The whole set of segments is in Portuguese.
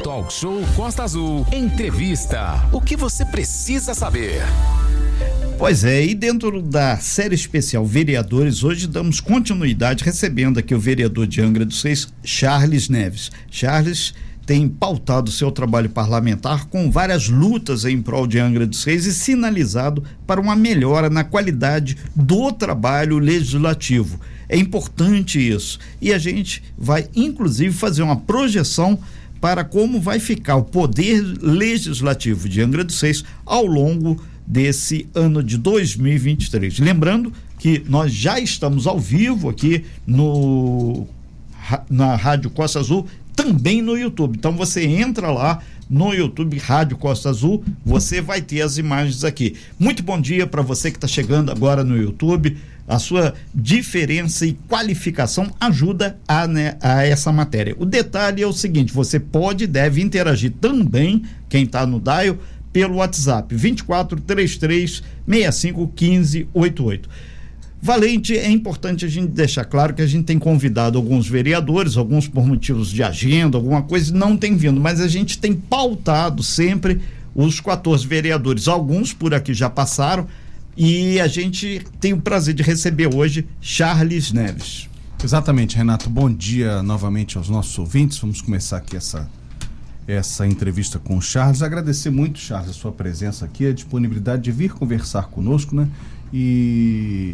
Talk Show Costa Azul. Entrevista. O que você precisa saber? Pois é, e dentro da série especial Vereadores, hoje damos continuidade recebendo aqui o vereador de Angra dos Reis, Charles Neves. Charles tem pautado seu trabalho parlamentar com várias lutas em prol de Angra dos Reis e sinalizado para uma melhora na qualidade do trabalho legislativo. É importante isso. E a gente vai, inclusive, fazer uma projeção para como vai ficar o poder legislativo de Angra dos Reis ao longo desse ano de 2023. Lembrando que nós já estamos ao vivo aqui na Rádio Costa Azul, também no YouTube. Então você entra lá no YouTube Rádio Costa Azul, você vai ter as imagens aqui. Muito bom dia para você que está chegando agora no YouTube. A sua diferença e qualificação ajuda a essa matéria. O detalhe é o seguinte: você pode e deve interagir também, quem está no dial, pelo WhatsApp 2433 65 15 88. Valente, é importante a gente deixar claro que a gente tem convidado alguns vereadores, alguns por motivos de agenda, alguma coisa, não tem vindo, mas a gente tem pautado sempre os 14 vereadores. Alguns por aqui já passaram e a gente tem o prazer de receber hoje Charles Neves. Exatamente, Renato. Bom dia novamente aos nossos ouvintes. Vamos começar aqui essa entrevista com o Charles. Agradecer muito, Charles, a sua presença aqui, a disponibilidade de vir conversar conosco, né? E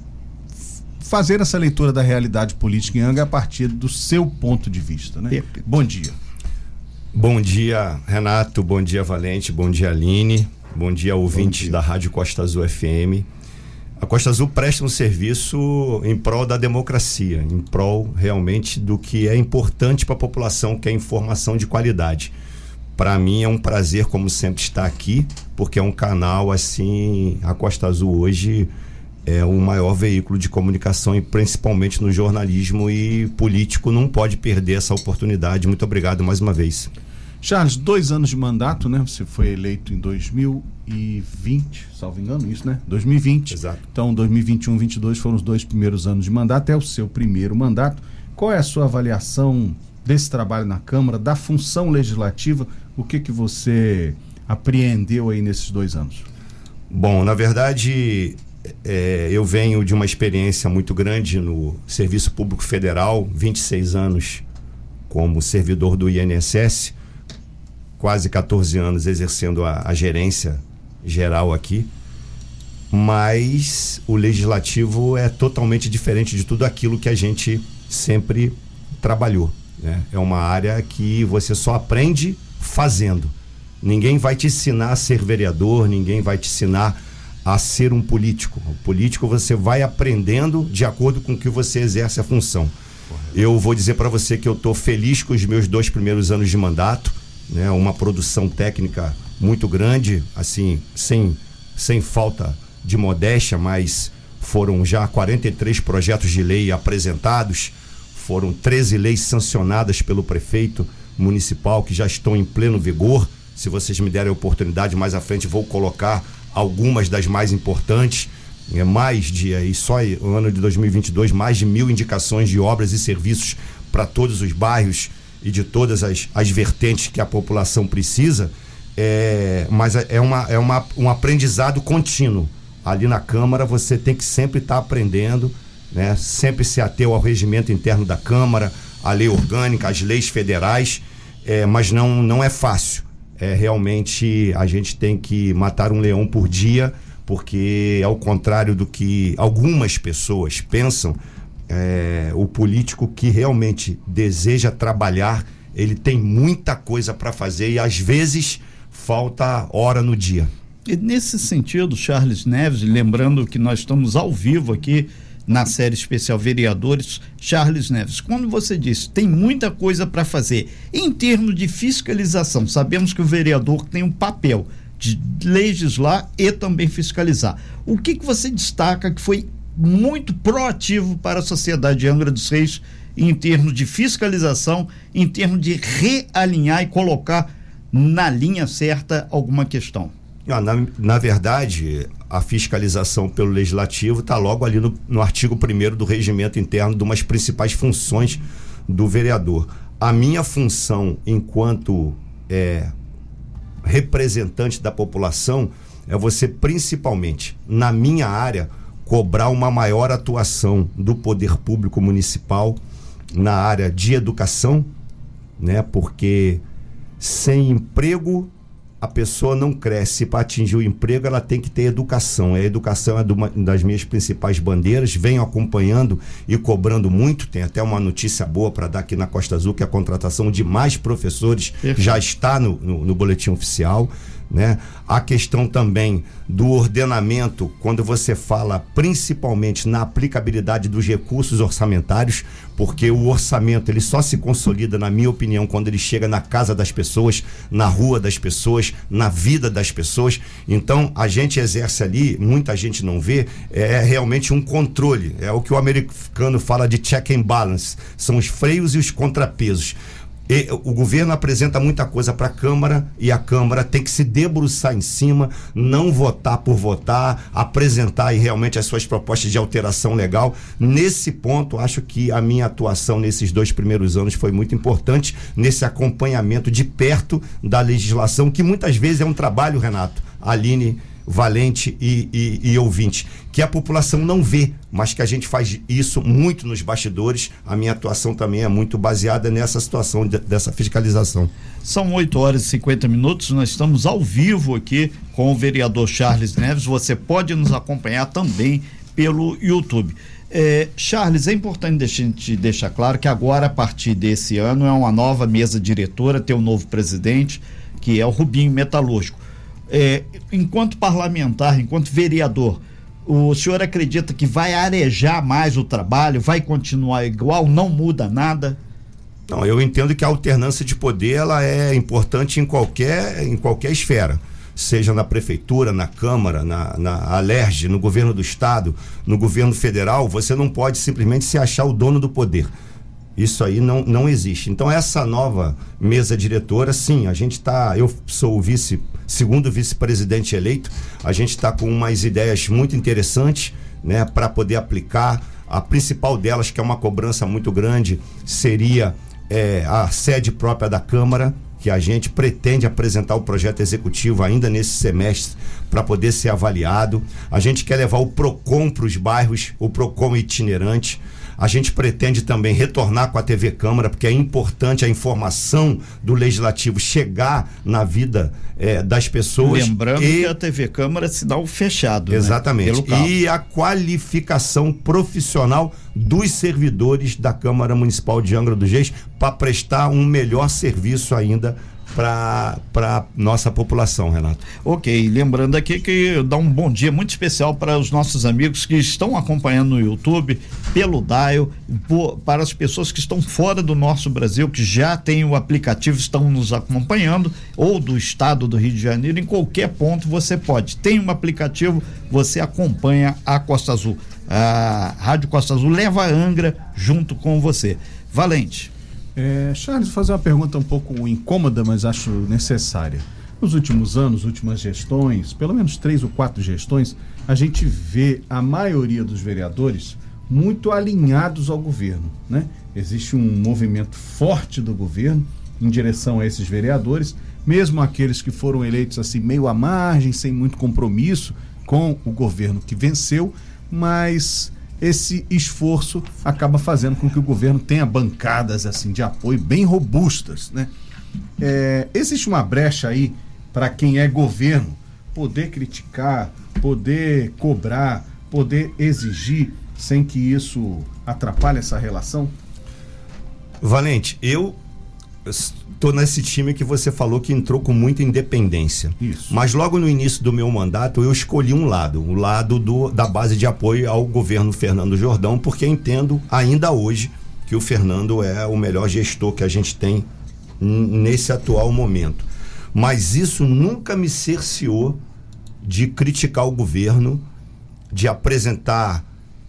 fazer essa leitura da realidade política em Angra a partir do seu ponto de vista, né? Bom dia. Bom dia, Renato. Bom dia, Valente. Bom dia, Aline. Bom dia, ouvintes da Rádio Costa Azul FM. A Costa Azul presta um serviço em prol da democracia, em prol realmente do que é importante para a população, que é informação de qualidade. Para mim é um prazer, como sempre, estar aqui, porque é um canal assim, a Costa Azul hoje é o maior veículo de comunicação, e principalmente no jornalismo, e político não pode perder essa oportunidade. Muito obrigado mais uma vez. Charles, 2 anos de mandato, né? Você foi eleito em 2020, salvo engano, isso, né? 2020. Exato. Então, 2021, 2022 foram os 2 primeiros anos de mandato, é o seu primeiro mandato. Qual é a sua avaliação desse trabalho na Câmara, da função legislativa? O que você apreendeu aí nesses 2 anos? Bom, na verdade, eu venho de uma experiência muito grande no Serviço Público Federal, 26 anos como servidor do INSS, quase 14 anos exercendo a gerência geral aqui, mas o legislativo é totalmente diferente de tudo aquilo que a gente sempre trabalhou, né? É uma área que você só aprende fazendo. Ninguém vai te ensinar a ser vereador, ninguém vai te ensinar a ser um político. O político você vai aprendendo de acordo com que você exerce a função. Correto. Eu vou dizer para você que eu estou feliz com os meus 2 primeiros anos de mandato, né? Uma produção técnica muito grande, assim, sem falta de modéstia, mas foram já 43 projetos de lei apresentados, foram 13 leis sancionadas pelo prefeito municipal que já estão em pleno vigor. Se vocês me derem a oportunidade, mais à frente vou colocar algumas das mais importantes. Só no ano de 2022, mais de 1.000 indicações de obras e serviços para todos os bairros e de todas as vertentes que a população precisa. Mas é um aprendizado contínuo. Ali na Câmara você tem que sempre estar aprendendo, né? Sempre se ater ao regimento interno da Câmara, a lei orgânica, as leis federais, mas não é fácil. Realmente a gente tem que matar um leão por dia, porque ao contrário do que algumas pessoas pensam, o político que realmente deseja trabalhar, ele tem muita coisa para fazer e às vezes falta hora no dia. E nesse sentido, Charles Neves, lembrando que nós estamos ao vivo aqui na série especial Vereadores, Charles Neves, quando você disse tem muita coisa para fazer em termos de fiscalização, sabemos que o vereador tem um papel de legislar e também fiscalizar. O que você destaca que foi muito proativo para a sociedade de Angra dos Reis em termos de fiscalização, em termos de realinhar e colocar na linha certa alguma questão? Na verdade, a fiscalização pelo legislativo está logo ali no artigo 1º do regimento interno, de umas principais funções do vereador. a minha função enquanto representante da população é você, principalmente na minha área, cobrar uma maior atuação do poder público municipal na área de educação, né? Porque sem emprego a pessoa não cresce. Para atingir o emprego, ela tem que ter educação. A educação é uma das minhas principais bandeiras. Venho acompanhando e cobrando muito. Tem até uma notícia boa para dar aqui na Costa Azul, que a contratação de mais professores já está no boletim oficial, né? A questão também do ordenamento, quando você fala principalmente na aplicabilidade dos recursos orçamentários, porque o orçamento ele só se consolida, na minha opinião, quando ele chega na casa das pessoas, na rua das pessoas, na vida das pessoas. Então a gente exerce ali, muita gente não vê, é realmente um controle, é o que o americano fala de check and balance, são os freios e os contrapesos. E o governo apresenta muita coisa para a Câmara e a Câmara tem que se debruçar em cima, não votar por votar, apresentar aí realmente as suas propostas de alteração legal. Nesse ponto, acho que a minha atuação nesses 2 primeiros anos foi muito importante, nesse acompanhamento de perto da legislação, que muitas vezes é um trabalho, Renato, Aline, Valente e ouvinte, que a população não vê, mas que a gente faz isso muito nos bastidores. A minha atuação também é muito baseada nessa situação dessa fiscalização. São 8h50, nós estamos ao vivo aqui com o vereador Charles Neves. Você pode nos acompanhar também pelo YouTube. Charles, é importante a gente deixar claro que agora, a partir desse ano, é uma nova mesa diretora, tem um novo presidente, que é o Rubinho Metalúrgico. Enquanto parlamentar, enquanto vereador, o senhor acredita que vai arejar mais o trabalho, vai continuar igual, não muda nada? Não, eu entendo que a alternância de poder ela é importante em qualquer esfera, seja na prefeitura, na Câmara, na Alerj, no governo do estado, no governo federal. Você não pode simplesmente se achar o dono do poder. Isso aí não existe. Então essa nova mesa diretora, sim, a gente eu sou o segundo vice-presidente eleito, a gente está com umas ideias muito interessantes, né, para poder aplicar. A principal delas, que é uma cobrança muito grande, seria a sede própria da Câmara, que a gente pretende apresentar o projeto executivo ainda nesse semestre para poder ser avaliado. A gente quer levar o PROCON para os bairros, o PROCON itinerante. A gente pretende também retornar com a TV Câmara, porque é importante a informação do Legislativo chegar na vida das pessoas. Lembrando que a TV Câmara é sinal fechado. Exatamente. Né? E a qualificação profissional dos servidores da Câmara Municipal de Angra dos Reis para prestar um melhor serviço ainda para nossa população, Renato. Ok, lembrando aqui que dá um bom dia muito especial para os nossos amigos que estão acompanhando no YouTube, pelo Dial, para as pessoas que estão fora do nosso Brasil, que já têm o aplicativo, estão nos acompanhando, ou do estado do Rio de Janeiro, em qualquer ponto você pode. Tem um aplicativo, você acompanha a Costa Azul. A Rádio Costa Azul leva a Angra junto com você. Valente. Charles, vou fazer uma pergunta um pouco incômoda, mas acho necessária. Nos últimos anos, últimas gestões, pelo menos 3 ou 4 gestões, a gente vê a maioria dos vereadores muito alinhados ao governo, né? Existe um movimento forte do governo em direção a esses vereadores, mesmo aqueles que foram eleitos assim meio à margem, sem muito compromisso com o governo que venceu, mas esse esforço acaba fazendo com que o governo tenha bancadas assim de apoio bem robustas, né? Existe uma brecha aí para quem é governo poder criticar, poder cobrar, poder exigir sem que isso atrapalhe essa relação? Valente, eu estou nesse time que você falou que entrou com muita independência. Isso. Mas logo no início do meu mandato eu escolhi o lado da base de apoio ao governo Fernando Jordão, porque entendo ainda hoje que o Fernando é o melhor gestor que a gente tem nesse atual momento. Mas isso nunca me cerceou de criticar o governo, de apresentar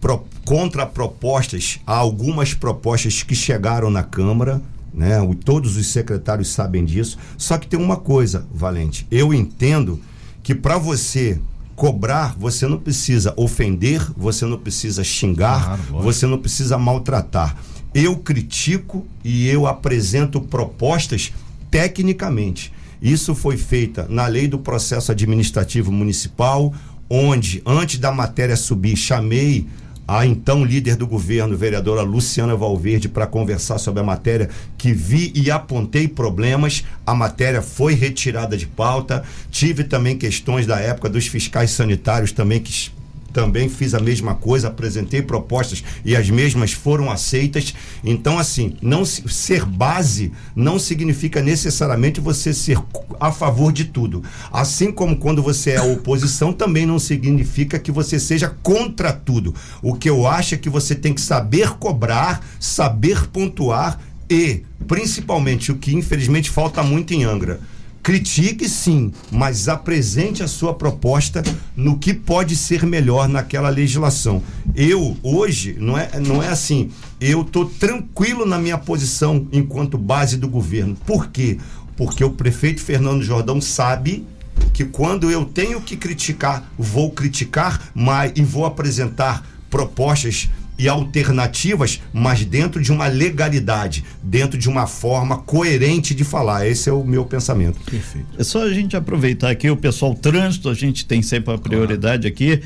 contrapropostas a algumas propostas que chegaram na Câmara, né? Todos os secretários sabem disso. Só que tem uma coisa, Valente, eu entendo que para você cobrar, você não precisa ofender, você não precisa xingar, claro, você não precisa maltratar. eu critico e eu apresento propostas tecnicamente. Isso foi feito na lei do processo administrativo municipal, onde, antes da matéria subir, chamei a então líder do governo, vereadora Luciana Valverde, para conversar sobre a matéria, que vi e apontei problemas. A matéria foi retirada de pauta. Tive também questões da época dos fiscais sanitários também, que também fiz a mesma coisa, apresentei propostas e as mesmas foram aceitas. Então, assim, ser base não significa necessariamente você ser a favor de tudo. Assim como quando você é oposição, também não significa que você seja contra tudo. O que eu acho é que você tem que saber cobrar, saber pontuar e, principalmente, o que infelizmente falta muito em Angra, critique sim, mas apresente a sua proposta no que pode ser melhor naquela legislação. Eu, hoje, não é assim, eu estou tranquilo na minha posição enquanto base do governo. Por quê? Porque o prefeito Fernando Jordão sabe que quando eu tenho que criticar, vou criticar, e vou apresentar propostas e alternativas, mas dentro de uma legalidade, dentro de uma forma coerente de falar. Esse é o meu pensamento. Perfeito. É só a gente aproveitar aqui o pessoal trânsito, a gente tem sempre a prioridade aqui.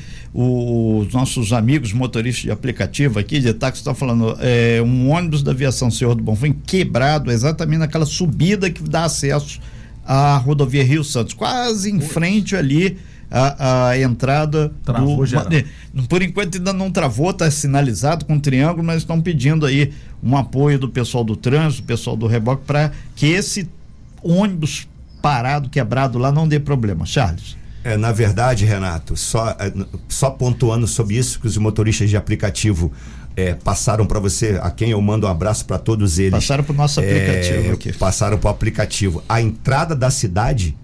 Os nossos amigos motoristas de aplicativo aqui, de táxi, estão falando, um ônibus da Aviação Senhor do Bonfim quebrado exatamente naquela subida que dá acesso à rodovia Rio Santos, quase em frente ali a entrada travou geral. Por enquanto ainda não travou, está sinalizado com triângulo, mas estão pedindo aí um apoio do pessoal do trânsito, do pessoal do reboque, para que esse ônibus parado, quebrado lá, não dê problema. Charles? Na verdade, Renato, só pontuando sobre isso, que os motoristas de aplicativo passaram para você, a quem eu mando um abraço para todos eles. Passaram para o nosso aplicativo aqui. Passaram para o aplicativo. A entrada da cidade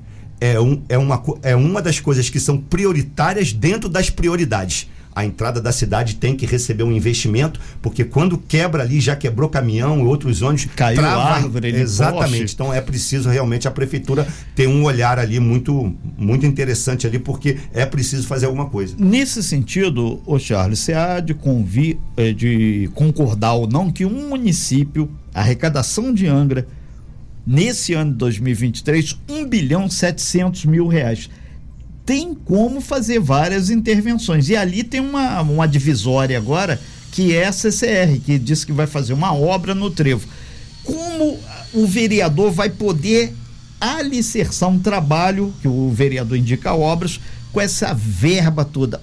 é uma das coisas que são prioritárias dentro das prioridades. A entrada da cidade tem que receber um investimento, porque quando quebra ali, já quebrou caminhão e outros ônibus, caiu árvore, exatamente. Poste. Então é preciso realmente a prefeitura ter um olhar ali muito, muito interessante ali, porque é preciso fazer alguma coisa. Nesse sentido, Charles, você há de concordar ou não que um município, a arrecadação de Angra, nesse ano de 2023, R$1,7 bilhão. Tem como fazer várias intervenções. E ali tem uma divisória agora, que é a CCR, que diz que vai fazer uma obra no trevo. Como o vereador vai poder alicerçar um trabalho, que o vereador indica obras, com essa verba toda?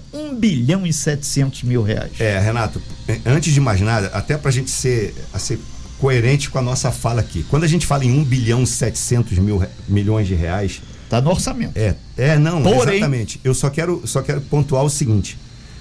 R$1,7 bilhão. Renato, antes de mais nada, até pra gente ser coerente com a nossa fala aqui. Quando a gente fala em R$1,7 bilhão, tá no orçamento. Não, porém, exatamente. Eu só quero pontuar o seguinte: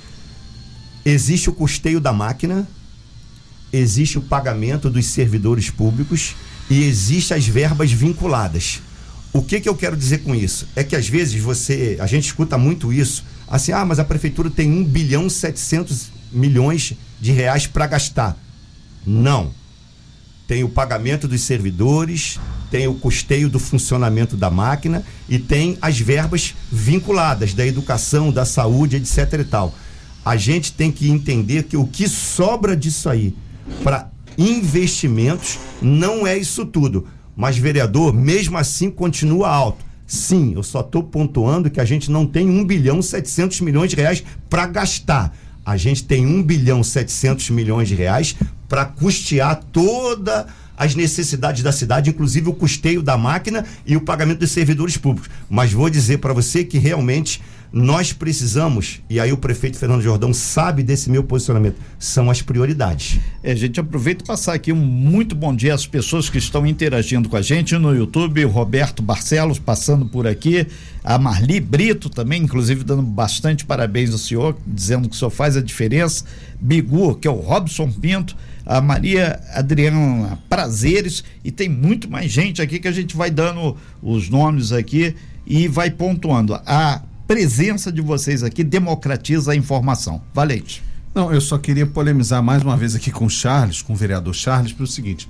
existe o custeio da máquina, existe o pagamento dos servidores públicos e existe as verbas vinculadas. O que eu quero dizer com isso? É que às vezes a gente escuta muito isso, assim, mas a prefeitura tem R$1,7 bilhão para gastar. Não. Tem o pagamento dos servidores, tem o custeio do funcionamento da máquina e tem as verbas vinculadas da educação, da saúde, etc e tal. A gente tem que entender que o que sobra disso aí para investimentos não é isso tudo. Mas, vereador, mesmo assim continua alto. Sim, eu só estou pontuando que a gente não tem R$1,7 bilhão para gastar. A gente tem R$1,7 bilhão para custear todas as necessidades da cidade, inclusive o custeio da máquina e o pagamento dos servidores públicos. Mas vou dizer para você que realmente nós precisamos, e aí o prefeito Fernando Jordão sabe desse meu posicionamento, são as prioridades. A gente aproveita e passar aqui um muito bom dia às pessoas que estão interagindo com a gente no YouTube, o Roberto Barcelos passando por aqui, a Marli Brito também, inclusive dando bastante parabéns ao senhor, dizendo que o senhor faz a diferença, Bigu, que é o Robson Pinto, a Maria Adriana Prazeres, e tem muito mais gente aqui que a gente vai dando os nomes aqui e vai pontuando. A presença de vocês aqui democratiza a informação. Valente. Não, eu só queria polemizar mais uma vez aqui com o Charles, com o vereador Charles, pelo seguinte: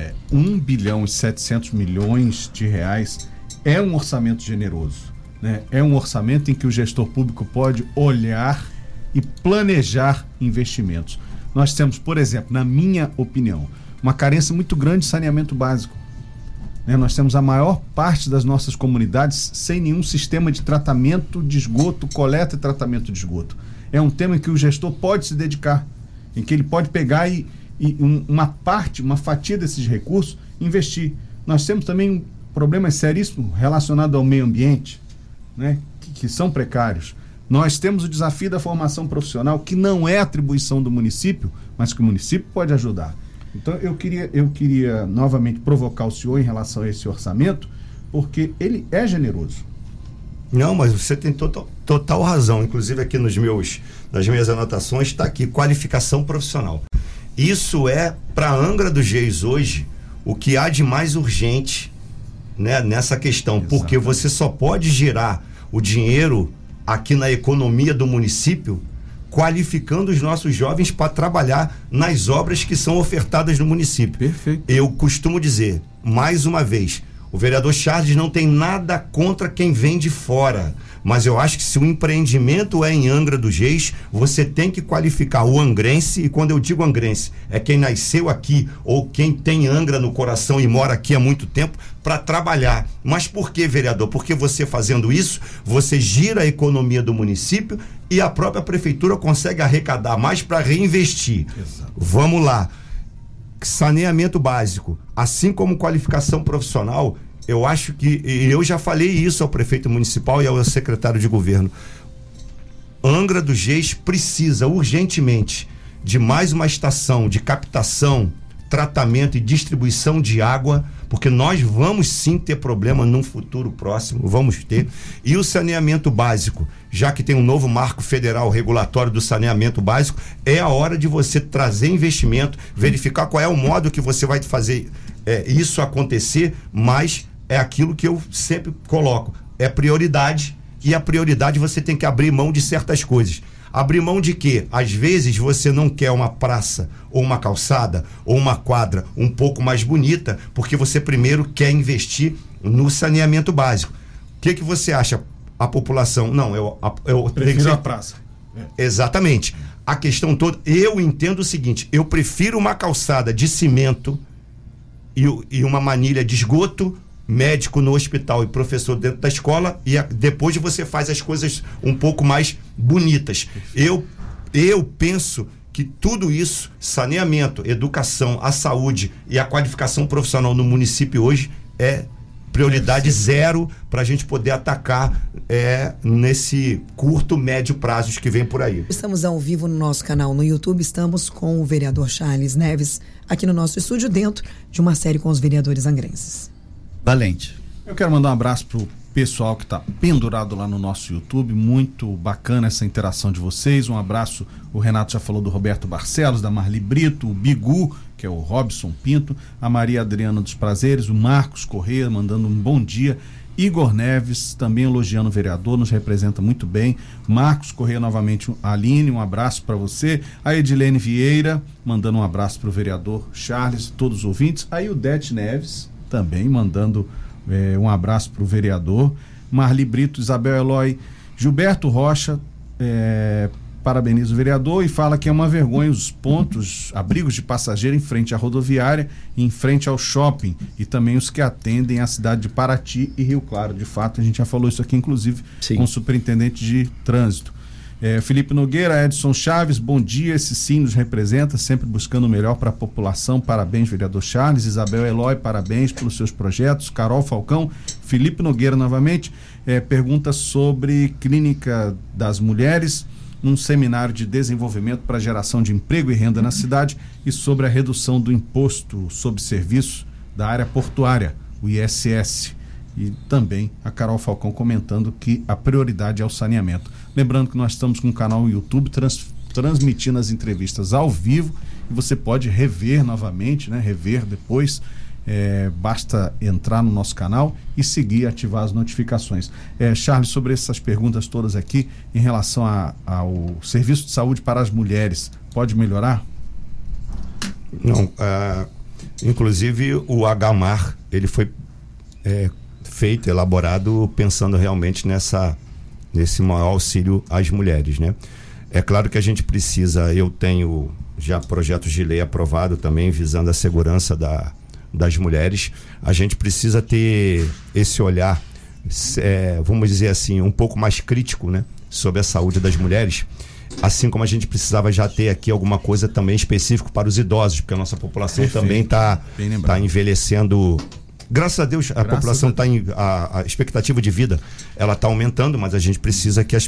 R$1,7 bilhão é um orçamento generoso, né? É um orçamento em que o gestor público pode olhar e planejar investimentos. Nós temos, por exemplo, na minha opinião, uma carência muito grande de saneamento básico. Nós temos a maior parte das nossas comunidades sem nenhum sistema de tratamento de esgoto, coleta e tratamento de esgoto. É um tema em que o gestor pode se dedicar, em que ele pode pegar e uma fatia desses recursos, investir. Nós temos também problemas seríssimos relacionados ao meio ambiente, né, que são precários. Nós temos o desafio da formação profissional, que não é atribuição do município, mas que o município pode ajudar. Então, eu queria novamente provocar o senhor em relação a esse orçamento, porque ele é generoso. Não, mas você tem total razão. Inclusive aqui nas minhas anotações está aqui, qualificação profissional. Isso é, para Angra dos Reis hoje, o que há de mais urgente, né, nessa questão. Exatamente. Porque você só pode girar o dinheiro aqui na economia do município qualificando os nossos jovens para trabalhar nas obras que são ofertadas no município. Perfeito. Eu costumo dizer, mais uma vez, o vereador Charles não tem nada contra quem vem de fora, mas eu acho que se o empreendimento é em Angra dos Reis, você tem que qualificar o angrense, e quando eu digo angrense, é quem nasceu aqui ou quem tem Angra no coração e mora aqui há muito tempo, para trabalhar. Mas por que, vereador? Porque você fazendo isso, você gira a economia do município e a própria prefeitura consegue arrecadar mais para reinvestir. Exato. Vamos lá. Saneamento básico, assim como qualificação profissional, eu acho que, e eu já falei isso ao prefeito municipal e ao secretário de governo, Angra dos Reis precisa urgentemente de mais uma estação de captação, tratamento e distribuição de água, porque nós vamos sim ter problema num futuro próximo, vamos ter. E o saneamento básico, já que tem um novo marco federal regulatório do saneamento básico, é a hora de você trazer investimento, verificar qual é o modo que você vai fazer isso acontecer, mas é aquilo que eu sempre coloco, é prioridade, e a prioridade você tem que abrir mão de certas coisas. Abrir mão de quê? Às vezes você não quer uma praça, ou uma calçada, ou uma quadra um pouco mais bonita, porque você primeiro quer investir no saneamento básico. O que você acha? A população, não, eu prefiro a praça. Exatamente. A questão toda, eu entendo o seguinte, eu prefiro uma calçada de cimento e uma manilha de esgoto, médico no hospital e professor dentro da escola, e depois você faz as coisas um pouco mais bonitas. Eu penso que tudo isso, saneamento, educação, a saúde e a qualificação profissional no município hoje é prioridade zero para a gente poder atacar nesse curto, médio prazos que vem por aí. Estamos ao vivo no nosso canal no YouTube, estamos com o vereador Charles Neves aqui no nosso estúdio, dentro de uma série com os vereadores angrenses. Valente. Eu quero mandar um abraço pro pessoal que está pendurado lá no nosso YouTube, muito bacana essa interação de vocês. Um abraço, o Renato já falou do Roberto Barcelos, da Marli Brito, o Bigu, que é o Robson Pinto, a Maria Adriana dos Prazeres, o Marcos Corrêa mandando um bom dia, Igor Neves também elogiando o vereador, nos representa muito bem. Marcos Corrêa novamente, a Aline, um abraço para você. A Edilene Vieira mandando um abraço para o vereador Charles, todos os ouvintes. Aí o Dete Neves também mandando um abraço para o vereador. Marli Brito, Isabel Eloy, Gilberto Rocha parabeniza o vereador e fala que é uma vergonha os pontos, abrigos de passageiro em frente à rodoviária, em frente ao shopping, e também os que atendem a cidade de Paraty e Rio Claro. De fato, a gente já falou isso aqui, inclusive, sim, com o superintendente de trânsito. Felipe Nogueira, Edson Chaves, bom dia, esse sim nos representa, sempre buscando o melhor para a população. Parabéns, vereador Charles. Isabel Eloy, parabéns pelos seus projetos. Carol Falcão, Felipe Nogueira novamente, pergunta sobre Clínica das Mulheres, um seminário de desenvolvimento para geração de emprego e renda na cidade, e sobre a redução do imposto sobre serviço da área portuária, o ISS. E também a Carol Falcão comentando que a prioridade é o saneamento. Lembrando que nós estamos com um canal no YouTube transmitindo as entrevistas ao vivo, e você pode rever novamente, rever depois. Basta entrar no nosso canal e seguir, ativar as notificações. Charles, sobre essas perguntas todas aqui em relação ao serviço de saúde para as mulheres, pode melhorar? Não, inclusive o HMAR, ele foi elaborado pensando realmente nesse maior auxílio às mulheres, né? É claro que a gente precisa, eu tenho já projetos de lei aprovados também visando a segurança das mulheres. A gente precisa ter esse olhar, vamos dizer assim, um pouco mais crítico, né, sobre a saúde das mulheres, assim como a gente precisava já ter aqui alguma coisa também específico para os idosos, porque a nossa população também está envelhecendo. Graças a Deus, a população está a expectativa de vida ela está aumentando, mas a gente precisa que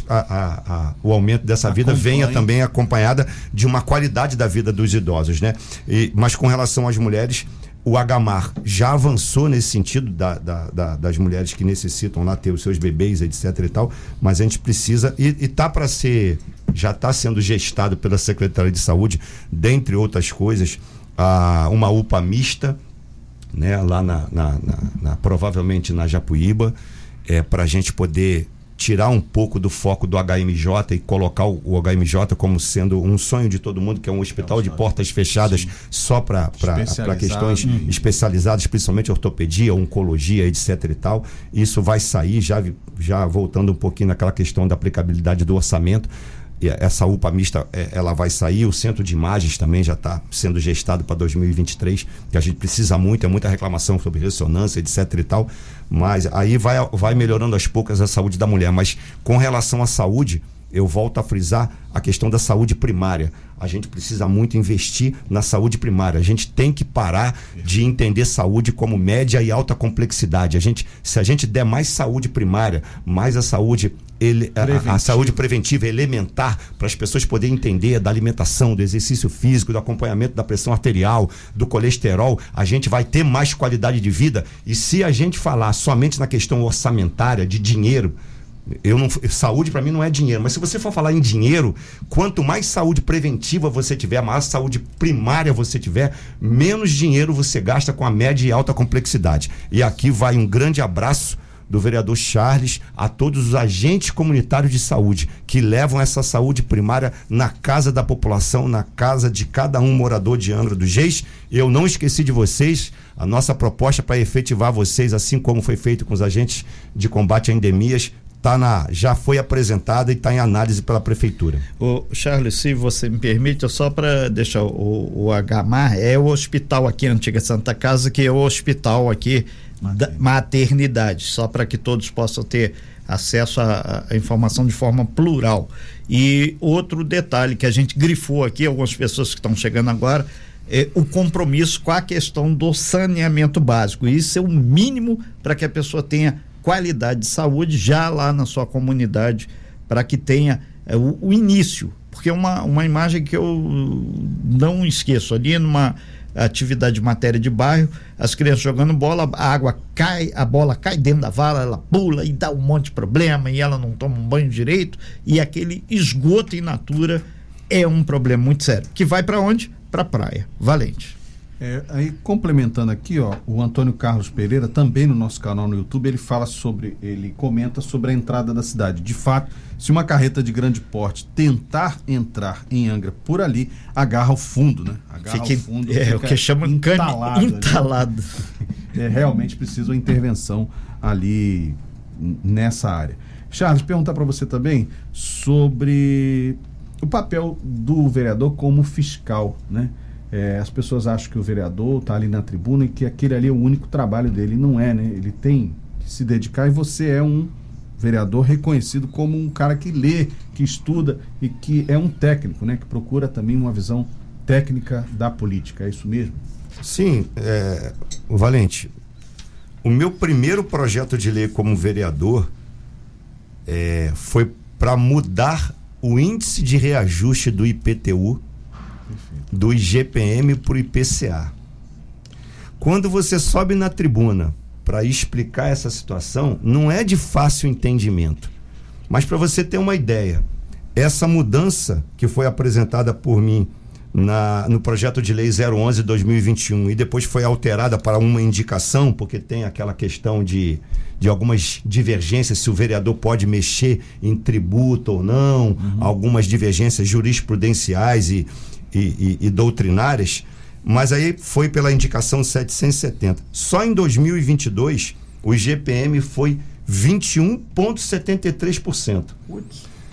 o aumento dessa vida venha também acompanhada de uma qualidade da vida dos idosos, né? Mas com relação às mulheres, o Agamar já avançou nesse sentido das mulheres que necessitam lá ter os seus bebês, etc e tal, mas a gente precisa, e tá para ser, já está sendo gestado pela Secretaria de Saúde, dentre outras coisas, uma UPA mista, né, lá provavelmente na Japuíba, para a gente poder tirar um pouco do foco do HMJ e colocar o HMJ como sendo um sonho de todo mundo, que é um hospital de portas fechadas. Sim. Só para questões especializadas, principalmente ortopedia, oncologia, etc e tal. Isso vai sair, já voltando um pouquinho naquela questão da aplicabilidade do orçamento. Essa UPA mista, ela vai sair. O centro de imagens também já está sendo gestado para 2023, que a gente precisa muito, é muita reclamação sobre ressonância, etc e tal, mas aí vai melhorando aos poucos a saúde da mulher. Mas com relação à saúde, eu volto a frisar a questão da saúde primária. A gente precisa muito investir na saúde primária. A gente tem que parar de entender saúde como média e alta complexidade. Se a gente der mais saúde primária, mais a saúde preventiva, elementar, para as pessoas poderem entender da alimentação, do exercício físico, do acompanhamento da pressão arterial, do colesterol, a gente vai ter mais qualidade de vida. E se a gente falar somente na questão orçamentária, de dinheiro, saúde para mim não é dinheiro, mas se você for falar em dinheiro, quanto mais saúde preventiva você tiver, mais saúde primária você tiver, menos dinheiro você gasta com a média e alta complexidade. E aqui vai um grande abraço do vereador Charles a todos os agentes comunitários de saúde que levam essa saúde primária na casa da população, na casa de cada um morador de Angra dos Reis. Eu não esqueci de vocês. A nossa proposta para efetivar vocês, assim como foi feito com os agentes de combate a endemias, já foi apresentada e está em análise pela prefeitura. Charles, se você me permite, só para deixar o Agamar, é o hospital aqui, a antiga Santa Casa, que é o hospital aqui da maternidade, só para que todos possam ter acesso à informação de forma plural. E outro detalhe que a gente grifou aqui, algumas pessoas que estão chegando agora, é o compromisso com a questão do saneamento básico. Isso é o mínimo para que a pessoa tenha qualidade de saúde já lá na sua comunidade, para que tenha o início, porque uma imagem que eu não esqueço, ali numa atividade de matéria de bairro, as crianças jogando bola, a água cai, a bola cai dentro da vala, ela pula e dá um monte de problema, e ela não toma um banho direito, e aquele esgoto in natura é um problema muito sério, que vai para onde? Para a praia. Valente. Aí complementando aqui, o Antônio Carlos Pereira, também no nosso canal no YouTube, ele comenta sobre a entrada da cidade. De fato, se uma carreta de grande porte tentar entrar em Angra por ali, agarra o fundo, né? O que chama entalado. Realmente precisa uma intervenção ali nessa área. Charles, perguntar para você também sobre o papel do vereador como fiscal, né? As pessoas acham que o vereador está ali na tribuna e que aquele ali é o único trabalho dele. Não é, né? Ele tem que se dedicar, e você é um vereador reconhecido como um cara que lê, que estuda e que é um técnico, né? Que procura também uma visão técnica da política. É isso mesmo? Sim, Valente. O meu primeiro projeto de lei como vereador foi para mudar o índice de reajuste do IPTU, do IGPM para o IPCA. Quando você sobe na tribuna para explicar essa situação, não é de fácil entendimento. Mas para você ter uma ideia, essa mudança que foi apresentada por mim no projeto de lei 011/2021 e depois foi alterada para uma indicação, porque tem aquela questão de algumas divergências, se o vereador pode mexer em tributo ou não, algumas divergências jurisprudenciais e doutrinárias, mas aí foi pela indicação 770. Só em 2022 o IGPM foi 21,73%.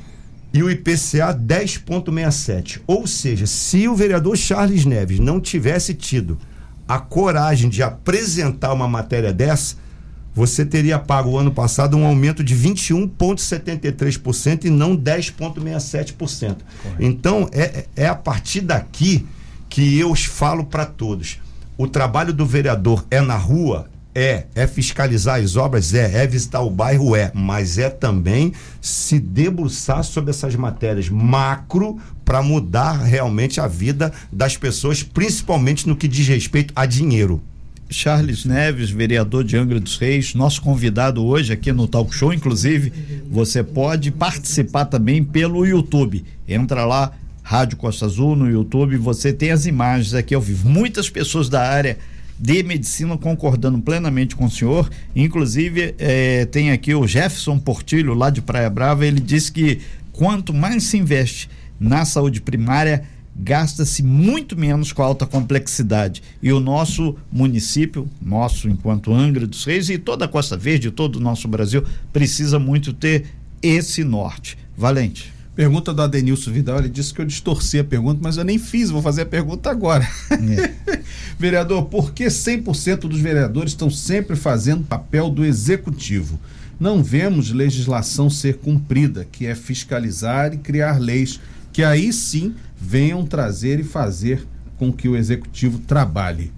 e o IPCA 10,67. Ou seja, se o vereador Charles Neves não tivesse tido a coragem de apresentar uma matéria dessa, você teria pago o ano passado um aumento de 21,73% e não 10,67%. Então, é a partir daqui que eu falo para todos. O trabalho do vereador é na rua? É fiscalizar as obras? É visitar o bairro? Mas é também se debruçar sobre essas matérias macro para mudar realmente a vida das pessoas, principalmente no que diz respeito a dinheiro. Charles Neves, vereador de Angra dos Reis, nosso convidado hoje aqui no Talk Show. Inclusive, você pode participar também pelo YouTube. Entra lá, Rádio Costa Azul no YouTube, você tem as imagens aqui ao vivo. Muitas pessoas da área de medicina concordando plenamente com o senhor, inclusive tem aqui o Jefferson Portilho lá de Praia Brava. Ele disse que quanto mais se investe na saúde primária, gasta-se muito menos com alta complexidade, e o nosso município, enquanto Angra dos Reis e toda a Costa Verde, todo o nosso Brasil, precisa muito ter esse norte. Valente. Pergunta do Adenilson Vidal, ele disse que eu distorci a pergunta, mas eu nem fiz, vou fazer a pergunta agora. Vereador, por que 100% dos vereadores estão sempre fazendo papel do executivo? Não vemos legislação ser cumprida, que é fiscalizar e criar leis, que aí sim venham trazer e fazer com que o executivo trabalhe.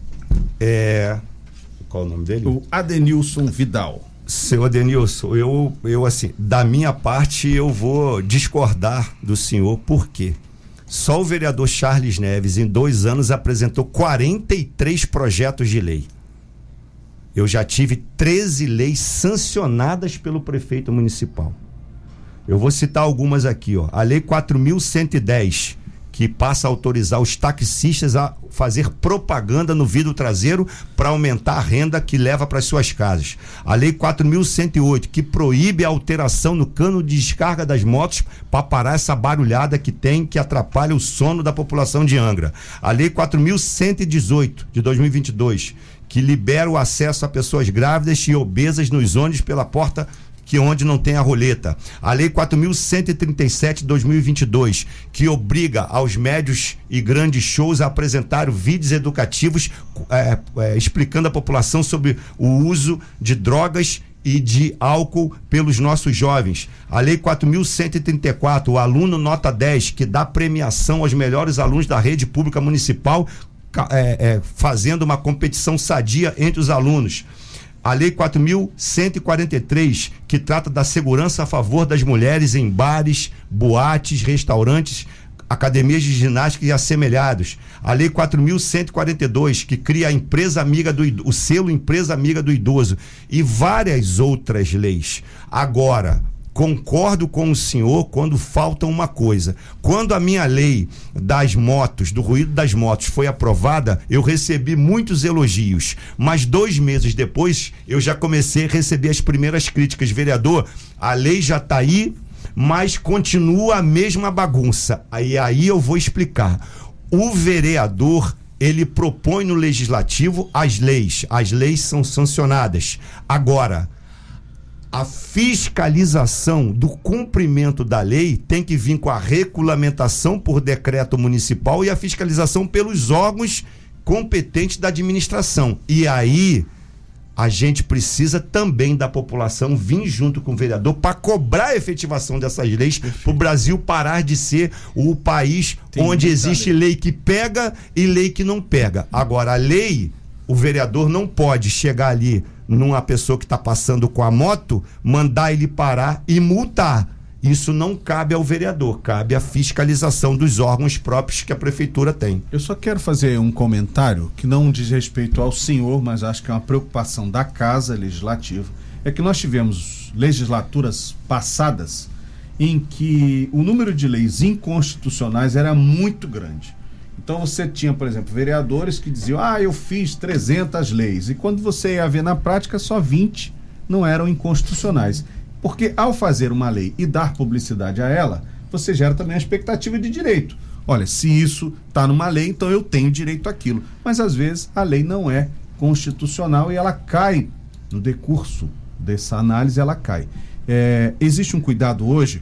Qual o nome dele? O Adenilson Vidal. Senhor Adenilson, eu assim, da minha parte eu vou discordar do senhor, por quê? Só o vereador Charles Neves em 2 anos apresentou 43 projetos de lei. Eu já tive 13 leis sancionadas pelo prefeito municipal. Eu vou citar algumas aqui, a Lei 4.110, que passa a autorizar os taxistas a fazer propaganda no vidro traseiro para aumentar a renda que leva para as suas casas. A Lei 4.108, que proíbe a alteração no cano de descarga das motos para parar essa barulhada que atrapalha o sono da população de Angra. A Lei 4.118, de 2022, que libera o acesso a pessoas grávidas e obesas nos ônibus pela porta onde não tem a roleta. A Lei 4.137 de 2022, que obriga aos médios e grandes shows a apresentar vídeos educativos explicando à população sobre o uso de drogas e de álcool pelos nossos jovens. A Lei 4.134, o aluno nota 10, que dá premiação aos melhores alunos da rede pública municipal, fazendo uma competição sadia entre os alunos. A Lei 4.143, que trata da segurança a favor das mulheres em bares, boates, restaurantes, academias de ginástica e assemelhados. A Lei 4.142, que cria a empresa amiga o selo Empresa Amiga do Idoso, e várias outras leis. Agora, concordo com o senhor quando falta uma coisa. Quando a minha lei das motos, do ruído das motos, foi aprovada, eu recebi muitos elogios, mas 2 meses depois eu já comecei a receber as primeiras críticas. Vereador, a lei já está aí, mas continua a mesma bagunça. Aí eu vou explicar. O vereador, ele propõe no legislativo as leis são sancionadas. Agora, a fiscalização do cumprimento da lei tem que vir com a regulamentação por decreto municipal e a fiscalização pelos órgãos competentes da administração. E aí a gente precisa também da população vir junto com o vereador para cobrar a efetivação dessas leis, para o Brasil parar de ser o país onde existe lei que pega e lei que não pega. Agora, a lei, o vereador não pode chegar ali numa pessoa que está passando com a moto, mandar ele parar e multar. Isso não cabe ao vereador, cabe à fiscalização dos órgãos próprios que a prefeitura tem. Eu só quero fazer um comentário que não diz respeito ao senhor, mas acho que é uma preocupação da Casa Legislativa. É que nós tivemos legislaturas passadas em que o número de leis inconstitucionais era muito grande. Então você tinha, por exemplo, vereadores que diziam, eu fiz 300 leis, e quando você ia ver na prática, só 20 não eram inconstitucionais. Porque ao fazer uma lei e dar publicidade a ela, você gera também a expectativa de direito. Olha, se isso está numa lei, então eu tenho direito àquilo. Mas às vezes a lei não é constitucional e ela cai no decurso dessa análise, ela cai. Existe um cuidado hoje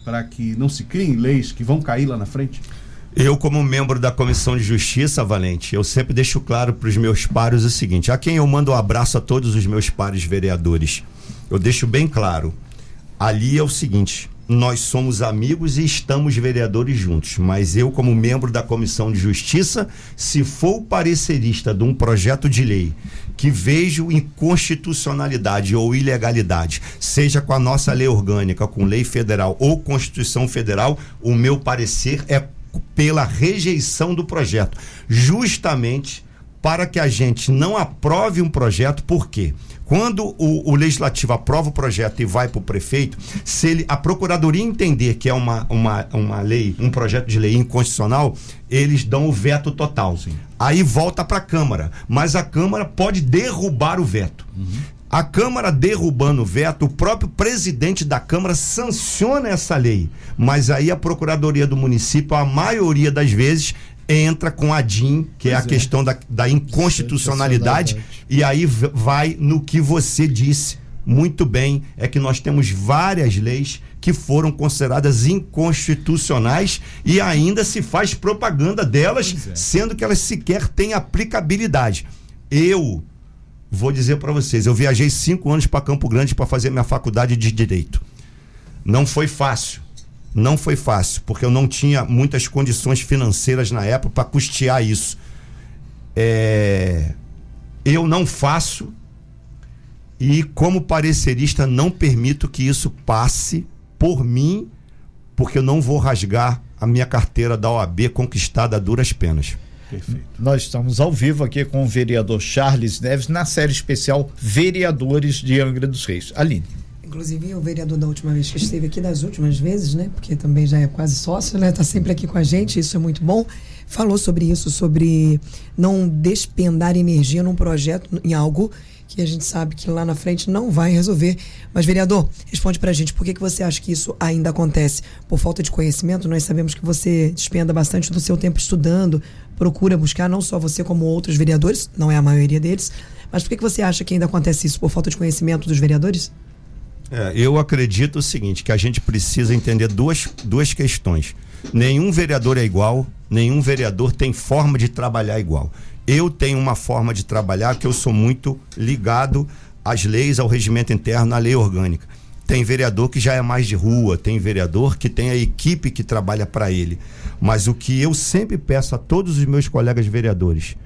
para que não se criem leis que vão cair lá na frente? Eu, como membro da Comissão de Justiça, Valente, eu sempre deixo claro para os meus pares o seguinte: a quem eu mando um abraço a todos os meus pares vereadores, eu deixo bem claro, ali é o seguinte: nós somos amigos e estamos vereadores juntos, mas eu, como membro da Comissão de Justiça, se for parecerista de um projeto de lei que vejo inconstitucionalidade ou ilegalidade, seja com a nossa lei orgânica, com lei federal ou Constituição Federal, o meu parecer é pela rejeição do projeto, justamente para que a gente não aprove um projeto. Por quê? Quando o legislativo aprova o projeto e vai para o prefeito, se a procuradoria entender que é uma lei, um projeto de lei inconstitucional, eles dão o veto total. Sim. Aí volta para a Câmara, mas a Câmara pode derrubar o veto. A Câmara derrubando o veto, o próprio presidente da Câmara sanciona essa lei, mas aí a Procuradoria do município, a maioria das vezes, entra com a DIN, que é a questão da inconstitucionalidade, e aí vai no que você disse muito bem, é que nós temos várias leis que foram consideradas inconstitucionais e ainda se faz propaganda delas, sendo que elas sequer têm aplicabilidade. Eu vou dizer para vocês, eu viajei 5 anos para Campo Grande para fazer minha faculdade de Direito. Não foi fácil, porque eu não tinha muitas condições financeiras na época para custear isso. Eu não faço e, como parecerista, não permito que isso passe por mim, porque eu não vou rasgar a minha carteira da OAB conquistada a duras penas. Perfeito. Nós estamos ao vivo aqui com o vereador Charles Neves na série especial Vereadores de Angra dos Reis. Aline. Inclusive o vereador da última vez que esteve aqui, das últimas vezes, né? Porque também já é quase sócio, né? Tá sempre aqui com a gente, isso é muito bom. Falou sobre isso, sobre não despendar energia num projeto, em algo que a gente sabe que lá na frente não vai resolver. Mas, vereador, responde pra gente, por que você acha que isso ainda acontece? Por falta de conhecimento? Nós sabemos que você despenda bastante do seu tempo estudando, procura buscar, não só você como outros vereadores, não é a maioria deles, mas por que você acha que ainda acontece isso? Por falta de conhecimento dos vereadores? Eu acredito o seguinte, que a gente precisa entender duas questões. Nenhum vereador é igual, nenhum vereador tem forma de trabalhar igual. Eu tenho uma forma de trabalhar que eu sou muito ligado às leis, ao regimento interno, à lei orgânica. Tem vereador que já é mais de rua, tem vereador que tem a equipe que trabalha para ele. Mas o que eu sempre peço a todos os meus colegas vereadores: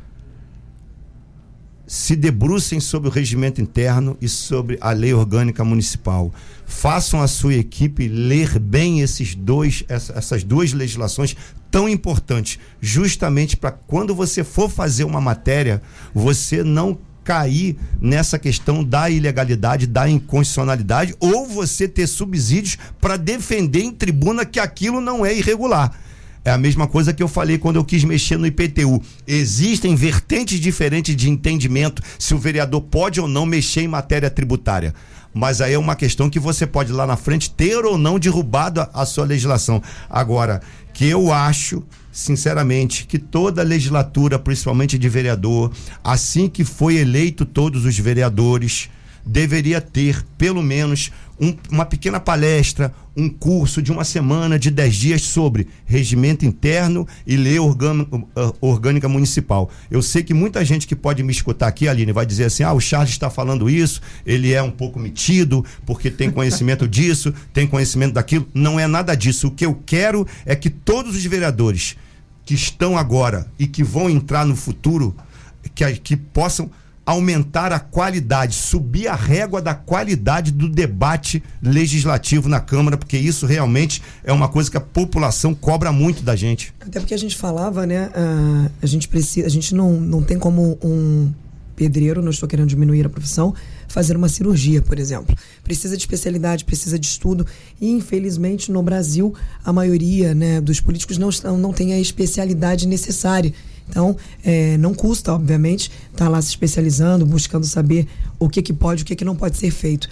se debrucem sobre o regimento interno e sobre a lei orgânica municipal. Façam a sua equipe ler bem essas duas legislações tão importantes, justamente para quando você for fazer uma matéria, você não cair nessa questão da ilegalidade, da inconstitucionalidade, ou você ter subsídios para defender em tribuna que aquilo não é irregular. É a mesma coisa que eu falei quando eu quis mexer no IPTU. Existem vertentes diferentes de entendimento se o vereador pode ou não mexer em matéria tributária. Mas aí é uma questão que você pode lá na frente ter ou não derrubado a sua legislação. Agora, que eu acho, sinceramente, que toda a legislatura, principalmente de vereador, assim que foi eleito todos os vereadores, deveria ter pelo menos uma pequena palestra, um curso de 1 semana, de 10 dias sobre regimento interno e lei orgânica municipal. Eu sei que muita gente que pode me escutar aqui, Aline, vai dizer assim: o Charles está falando isso, ele é um pouco metido, porque tem conhecimento disso, tem conhecimento daquilo. Não é nada disso. O que eu quero é que todos os vereadores que estão agora e que vão entrar no futuro, que possam aumentar a qualidade, subir a régua da qualidade do debate legislativo na Câmara, porque isso realmente é uma coisa que a população cobra muito da gente. Até porque a gente falava, né, a gente não tem como um pedreiro, não estou querendo diminuir a profissão, fazer uma cirurgia, por exemplo. Precisa de especialidade, precisa de estudo, e infelizmente no Brasil a maioria, né, dos políticos não tem a especialidade necessária. Então, não custa, obviamente, estar lá se especializando, buscando saber o que pode, o que não pode ser feito.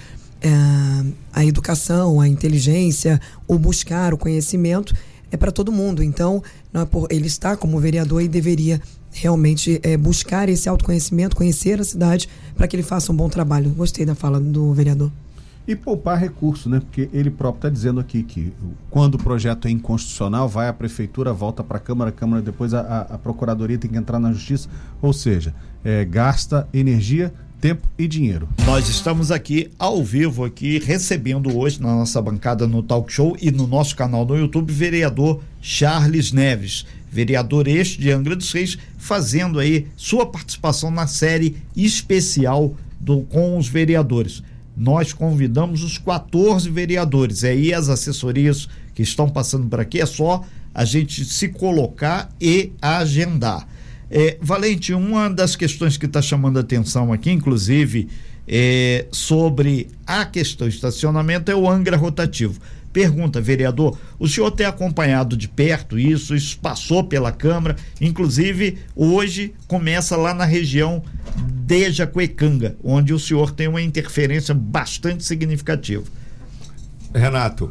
A educação, a inteligência, o buscar, o conhecimento é para todo mundo. Então, ele está como vereador e deveria realmente buscar esse autoconhecimento, conhecer a cidade, para que ele faça um bom trabalho. Gostei da fala do vereador. E poupar recurso, né? Porque ele próprio está dizendo aqui que quando o projeto é inconstitucional, vai à prefeitura, volta para a Câmara depois a Procuradoria tem que entrar na Justiça, ou seja, gasta energia, tempo e dinheiro. Nós estamos aqui ao vivo aqui recebendo hoje na nossa bancada no Talk Show e no nosso canal no YouTube vereador Charles Neves, vereador este de Angra dos Reis, fazendo aí sua participação na série especial com os vereadores. Nós convidamos os 14 vereadores, aí as assessorias que estão passando por aqui, é só a gente se colocar e agendar. Valente, uma das questões que está chamando a atenção aqui, inclusive, sobre a questão do estacionamento, é o Angra rotativo. Pergunta, vereador, o senhor tem acompanhado de perto isso passou pela Câmara, inclusive hoje começa lá na região de Jacuecanga, onde o senhor tem uma interferência bastante significativa. Renato,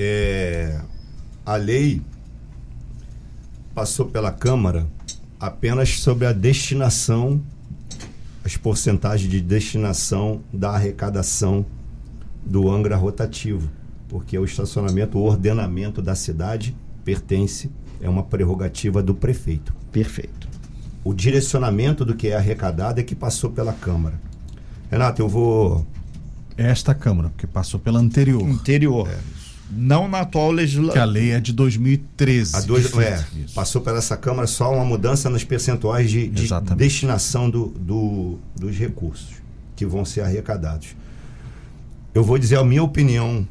a lei passou pela Câmara apenas sobre a destinação, as porcentagens de destinação da arrecadação do Angra rotativo, porque o estacionamento, o ordenamento da cidade é uma prerrogativa do prefeito. Perfeito. O direcionamento do que é arrecadado é que passou pela Câmara. Renato, eu vou... Esta Câmara, porque passou pela anterior. Não na atual legislação. Que a lei é de 2013. Passou pela essa Câmara só uma mudança nos percentuais de destinação dos recursos que vão ser arrecadados. Eu vou dizer a minha opinião,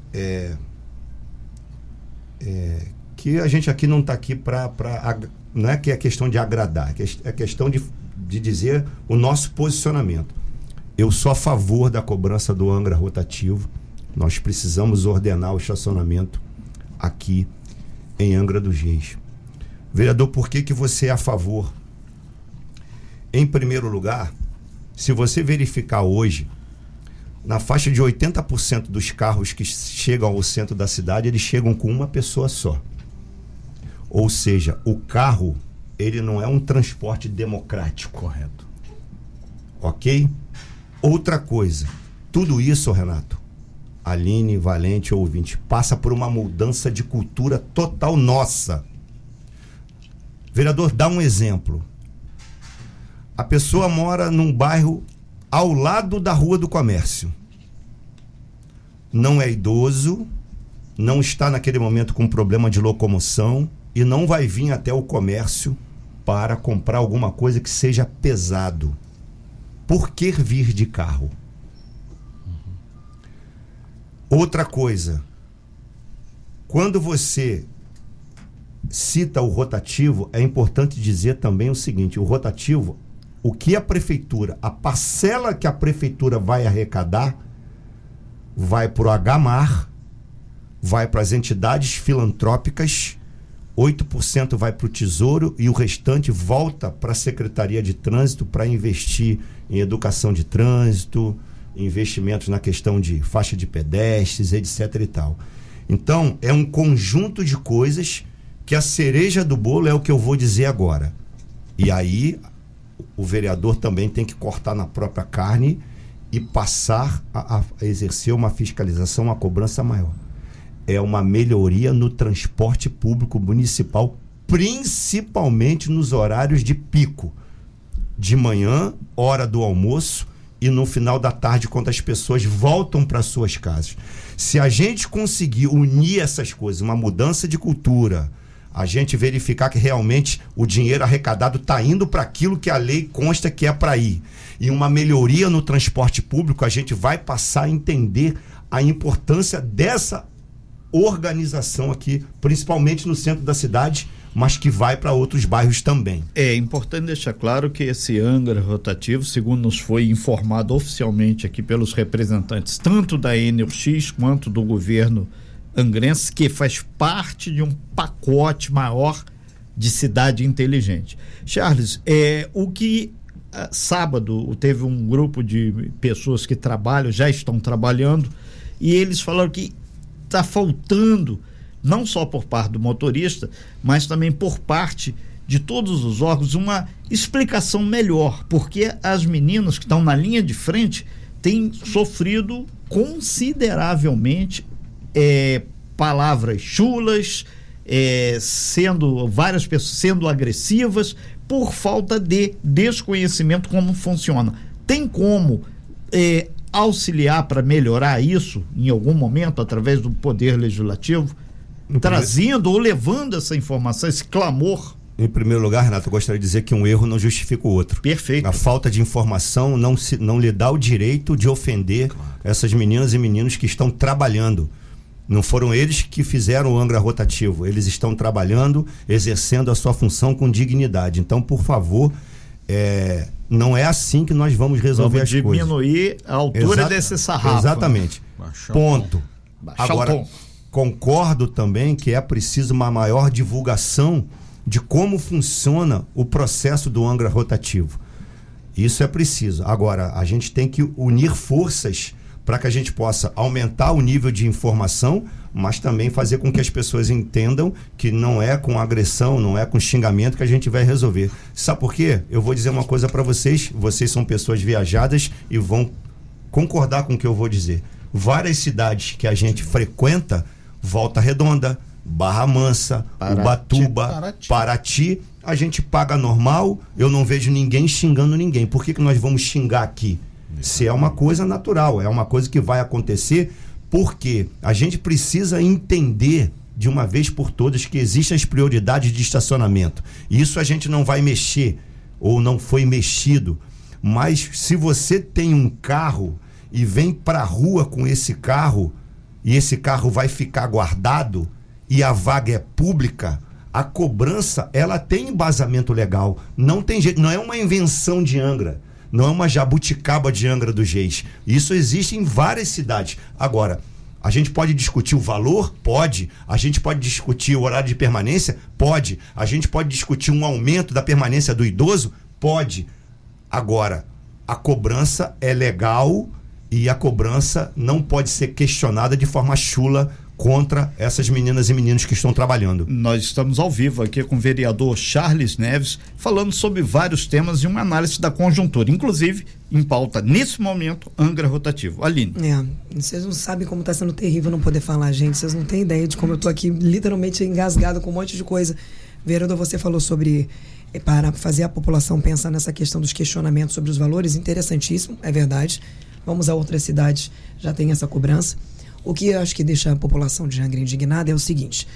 que a gente aqui não está aqui para não é que é questão de agradar, é questão de dizer o nosso posicionamento. Eu sou a favor da cobrança do Angra rotativo. Nós precisamos ordenar o estacionamento aqui em Angra dos Reis. Vereador, por que você é a favor? Em primeiro lugar, se você verificar hoje, na faixa de 80% dos carros que chegam ao centro da cidade, eles chegam com uma pessoa só. Ou seja, o carro, ele não é um transporte democrático. Correto. Ok? Outra coisa, tudo isso, Renato, Aline, Valente, ouvinte, passa por uma mudança de cultura total nossa. Vereador, dá um exemplo. A pessoa mora num bairro ao lado da Rua do Comércio. Não é idoso, não está naquele momento com problema de locomoção e não vai vir até o comércio para comprar alguma coisa que seja pesado. Por que vir de carro? Outra coisa, quando você cita o rotativo, é importante dizer também o seguinte: o rotativo, o que a prefeitura, a parcela que a prefeitura vai arrecadar, vai para o HMAR, vai para as entidades filantrópicas, 8% vai para o Tesouro e o restante volta para a Secretaria de Trânsito para investir em educação de trânsito, investimentos na questão de faixa de pedestres, etc. e tal. Então, é um conjunto de coisas que a cereja do bolo é o que eu vou dizer agora. E aí, o vereador também tem que cortar na própria carne e passar a exercer uma fiscalização, uma cobrança maior. É uma melhoria no transporte público municipal, principalmente nos horários de pico. De manhã, hora do almoço, e no final da tarde, quando as pessoas voltam para suas casas. Se a gente conseguir unir essas coisas, uma mudança de cultura, a gente verificar que realmente o dinheiro arrecadado está indo para aquilo que a lei consta que é para ir, e uma melhoria no transporte público, a gente vai passar a entender a importância dessa organização aqui, principalmente no centro da cidade, mas que vai para outros bairros também. É importante deixar claro que esse Angra rotativo, segundo nos foi informado oficialmente aqui pelos representantes tanto da Enel X quanto do governo angrense, que faz parte de um pacote maior de cidade inteligente. Charles, o que sábado teve um grupo de pessoas que trabalham, já estão trabalhando, e eles falaram que está faltando, não só por parte do motorista, mas também por parte de todos os órgãos, uma explicação melhor, porque as meninas que estão na linha de frente tem sofrido consideravelmente palavras chulas, várias pessoas sendo agressivas por falta de desconhecimento como funciona. Tem como auxiliar para melhorar isso em algum momento através do Poder Legislativo, trazendo ou levando essa informação, esse clamor? Em primeiro lugar, Renato, eu gostaria de dizer que um erro não justifica o outro. Perfeito. A falta de informação não lhe dá o direito de ofender essas meninas e meninos que estão trabalhando. Não foram eles que fizeram o Angra Rotativo. Eles estão trabalhando, exercendo a sua função com dignidade. Então, por favor, não é assim que nós vamos resolver as coisas. Vamos diminuir a altura desse sarrafo. Exatamente. Ponto. Agora, concordo também que é preciso uma maior divulgação de como funciona o processo do Angra Rotativo. Isso é preciso. Agora, a gente tem que unir forças para que a gente possa aumentar o nível de informação, mas também fazer com que as pessoas entendam que não é com agressão, não é com xingamento que a gente vai resolver. Sabe por quê? Eu vou dizer uma coisa para vocês são pessoas viajadas e vão concordar com o que eu vou dizer. Várias cidades que a gente frequenta, Volta Redonda, Barra Mansa, Ubatuba, Paraty, a gente paga normal, eu não vejo ninguém xingando ninguém. Por que nós vamos xingar aqui? Se é uma coisa natural, é uma coisa que vai acontecer, porque a gente precisa entender de uma vez por todas que existem as prioridades de estacionamento. Isso a gente não vai mexer, ou não foi mexido. Mas se você tem um carro e vem para a rua com esse carro, e esse carro vai ficar guardado, e a vaga é pública, a cobrança, ela tem embasamento legal. Não tem jeito, não é uma invenção de Angra, não é uma jabuticaba de Angra dos Reis. Isso existe em várias cidades. Agora, a gente pode discutir o valor? Pode. A gente pode discutir o horário de permanência? Pode. A gente pode discutir um aumento da permanência do idoso? Pode. Agora, a cobrança é legal e a cobrança não pode ser questionada de forma chula contra essas meninas e meninos que estão trabalhando. Nós estamos ao vivo aqui com o vereador Charles Neves, falando sobre vários temas e uma análise da conjuntura, inclusive em pauta nesse momento, Angra Rotativo. Aline. Vocês não sabem como está sendo terrível não poder falar, gente. Vocês não têm ideia de como eu estou aqui literalmente engasgado com um monte de coisa. Vereador, você falou sobre para fazer a população pensar nessa questão dos questionamentos sobre os valores, interessantíssimo, é verdade. Vamos a outras cidades, já tem essa cobrança. O que eu acho que deixa a população de Angra indignada é o seguinte: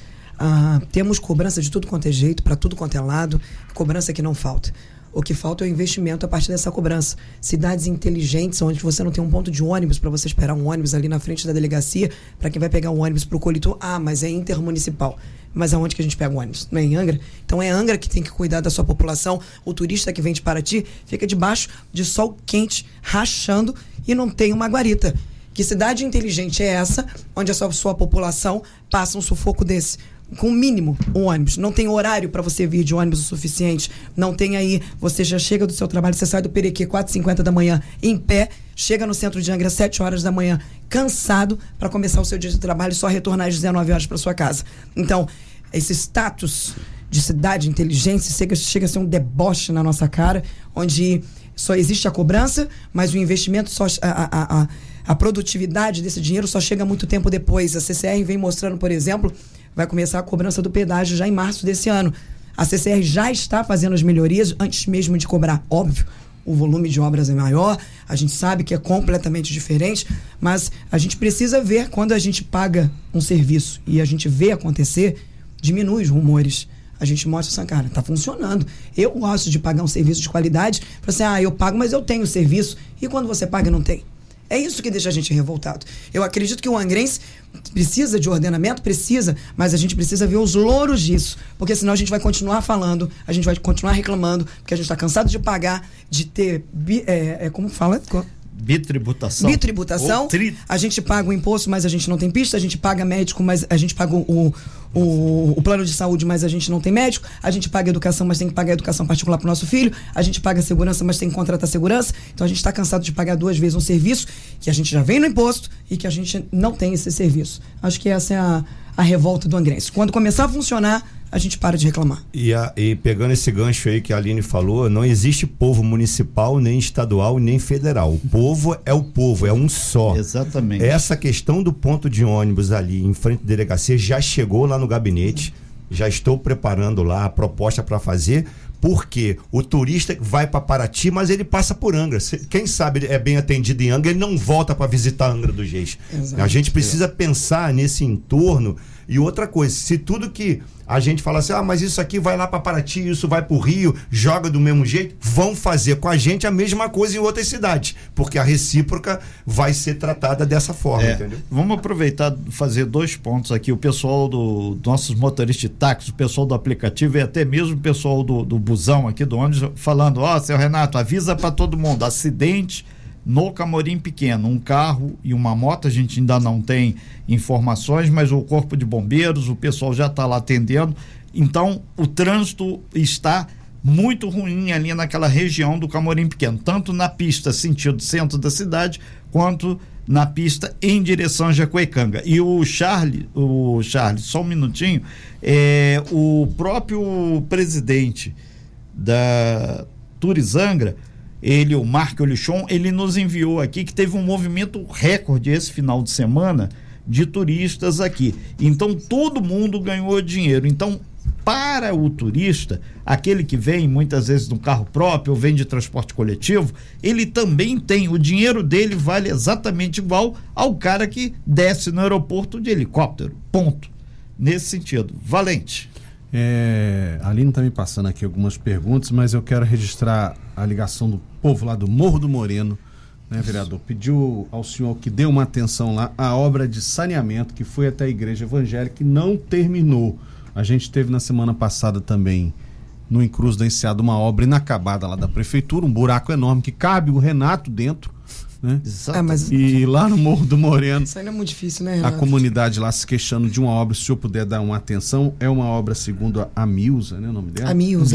temos cobrança de tudo quanto é jeito, para tudo quanto é lado, cobrança que não falta. O que falta é o investimento a partir dessa cobrança. Cidades inteligentes, onde você não tem um ponto de ônibus para você esperar um ônibus ali na frente da delegacia, para quem vai pegar um ônibus para o coletor. Mas é intermunicipal. Mas aonde que a gente pega o ônibus? Não é em Angra? Então é Angra que tem que cuidar da sua população. O turista que vem de Paraty fica debaixo de sol quente, rachando, e não tem uma guarita. Que cidade inteligente é essa, onde a sua população passa um sufoco desse? Com o mínimo, um ônibus. Não tem horário para você vir de ônibus o suficiente. Não tem aí, você já chega do seu trabalho, você sai do Perequê 4h50 da manhã, em pé, chega no centro de Angra 7 horas da manhã, cansado, para começar o seu dia de trabalho e só retornar às 19 horas para sua casa. Então, esse status de cidade inteligente chega a ser um deboche na nossa cara, onde só existe a cobrança, mas o investimento só... A produtividade desse dinheiro só chega muito tempo depois. A CCR vem mostrando, por exemplo, vai começar a cobrança do pedágio já em março desse ano. A CCR já está fazendo as melhorias antes mesmo de cobrar. Óbvio, o volume de obras é maior, a gente sabe que é completamente diferente, mas a gente precisa ver quando a gente paga um serviço e a gente vê acontecer, diminui os rumores. A gente mostra assim, cara, tá funcionando. Eu gosto de pagar um serviço de qualidade. Fala assim, eu pago, mas eu tenho o serviço. E quando você paga, não tem. É isso que deixa a gente revoltado. Eu acredito que o angrense precisa de ordenamento, mas a gente precisa ver os louros disso, porque senão a gente vai continuar falando, a gente vai continuar reclamando, porque a gente está cansado de pagar, de ter, como fala? Bitributação. A gente paga o imposto, mas a gente não tem pista. A gente paga médico, mas a gente paga o plano de saúde, mas a gente não tem médico. A gente paga educação, mas tem que pagar educação particular para o nosso filho. A gente paga segurança, mas tem que contratar segurança. Então a gente está cansado de pagar 2 vezes um serviço que a gente já vem no imposto e que a gente não tem esse serviço. Acho que essa é a revolta do angrense. Quando começar a funcionar, a gente para de reclamar. E pegando esse gancho aí que a Aline falou, não existe povo municipal, nem estadual, nem federal. O povo, é um só. Exatamente. Essa questão do ponto de ônibus ali em frente à delegacia já chegou lá no gabinete, já estou preparando lá a proposta para fazer, porque o turista vai para Paraty, mas ele passa por Angra. Quem sabe ele é bem atendido em Angra, ele não volta para visitar Angra dos Reis. Exato. A gente precisa pensar nesse entorno. E outra coisa, se tudo que a gente fala assim, mas isso aqui vai lá para Paraty, isso vai para o Rio, joga do mesmo jeito, vão fazer com a gente a mesma coisa em outras cidades, porque a recíproca vai ser tratada dessa forma, entendeu? Vamos aproveitar e fazer 2 pontos aqui. O pessoal nossos motoristas de táxi, o pessoal do aplicativo e até mesmo o pessoal do busão aqui do ônibus falando, seu Renato, avisa para todo mundo, acidente no Camorim Pequeno, um carro e uma moto, a gente ainda não tem informações, mas o corpo de bombeiros, o pessoal já está lá atendendo, então o trânsito está muito ruim ali naquela região do Camorim Pequeno, tanto na pista sentido centro da cidade, quanto na pista em direção a Jacuecanga. E o Charles, só um minutinho, o próprio presidente da Turizangra, o Marco Olichon, ele nos enviou aqui que teve um movimento recorde esse final de semana de turistas aqui. Então todo mundo ganhou dinheiro. Então, para o turista, aquele que vem muitas vezes no carro próprio ou vem de transporte coletivo, ele também tem, o dinheiro dele vale exatamente igual ao cara que desce no aeroporto de helicóptero. Ponto. Nesse sentido. Valente. A Aline está me passando aqui algumas perguntas, mas eu quero registrar a ligação do povo lá do Morro do Moreno, né, vereador? Pediu ao senhor que dê uma atenção lá à obra de saneamento que foi até a igreja evangélica e não terminou. A gente teve na semana passada também no Encruz da Enseada uma obra inacabada lá da prefeitura, um buraco enorme que cabe o Renato dentro, né? E lá no Morro do Moreno, isso aí não é muito difícil, né, Renato? A comunidade lá se queixando de uma obra, se o senhor puder dar uma atenção, é uma obra segundo a Milza, né, o nome dela? A Milza.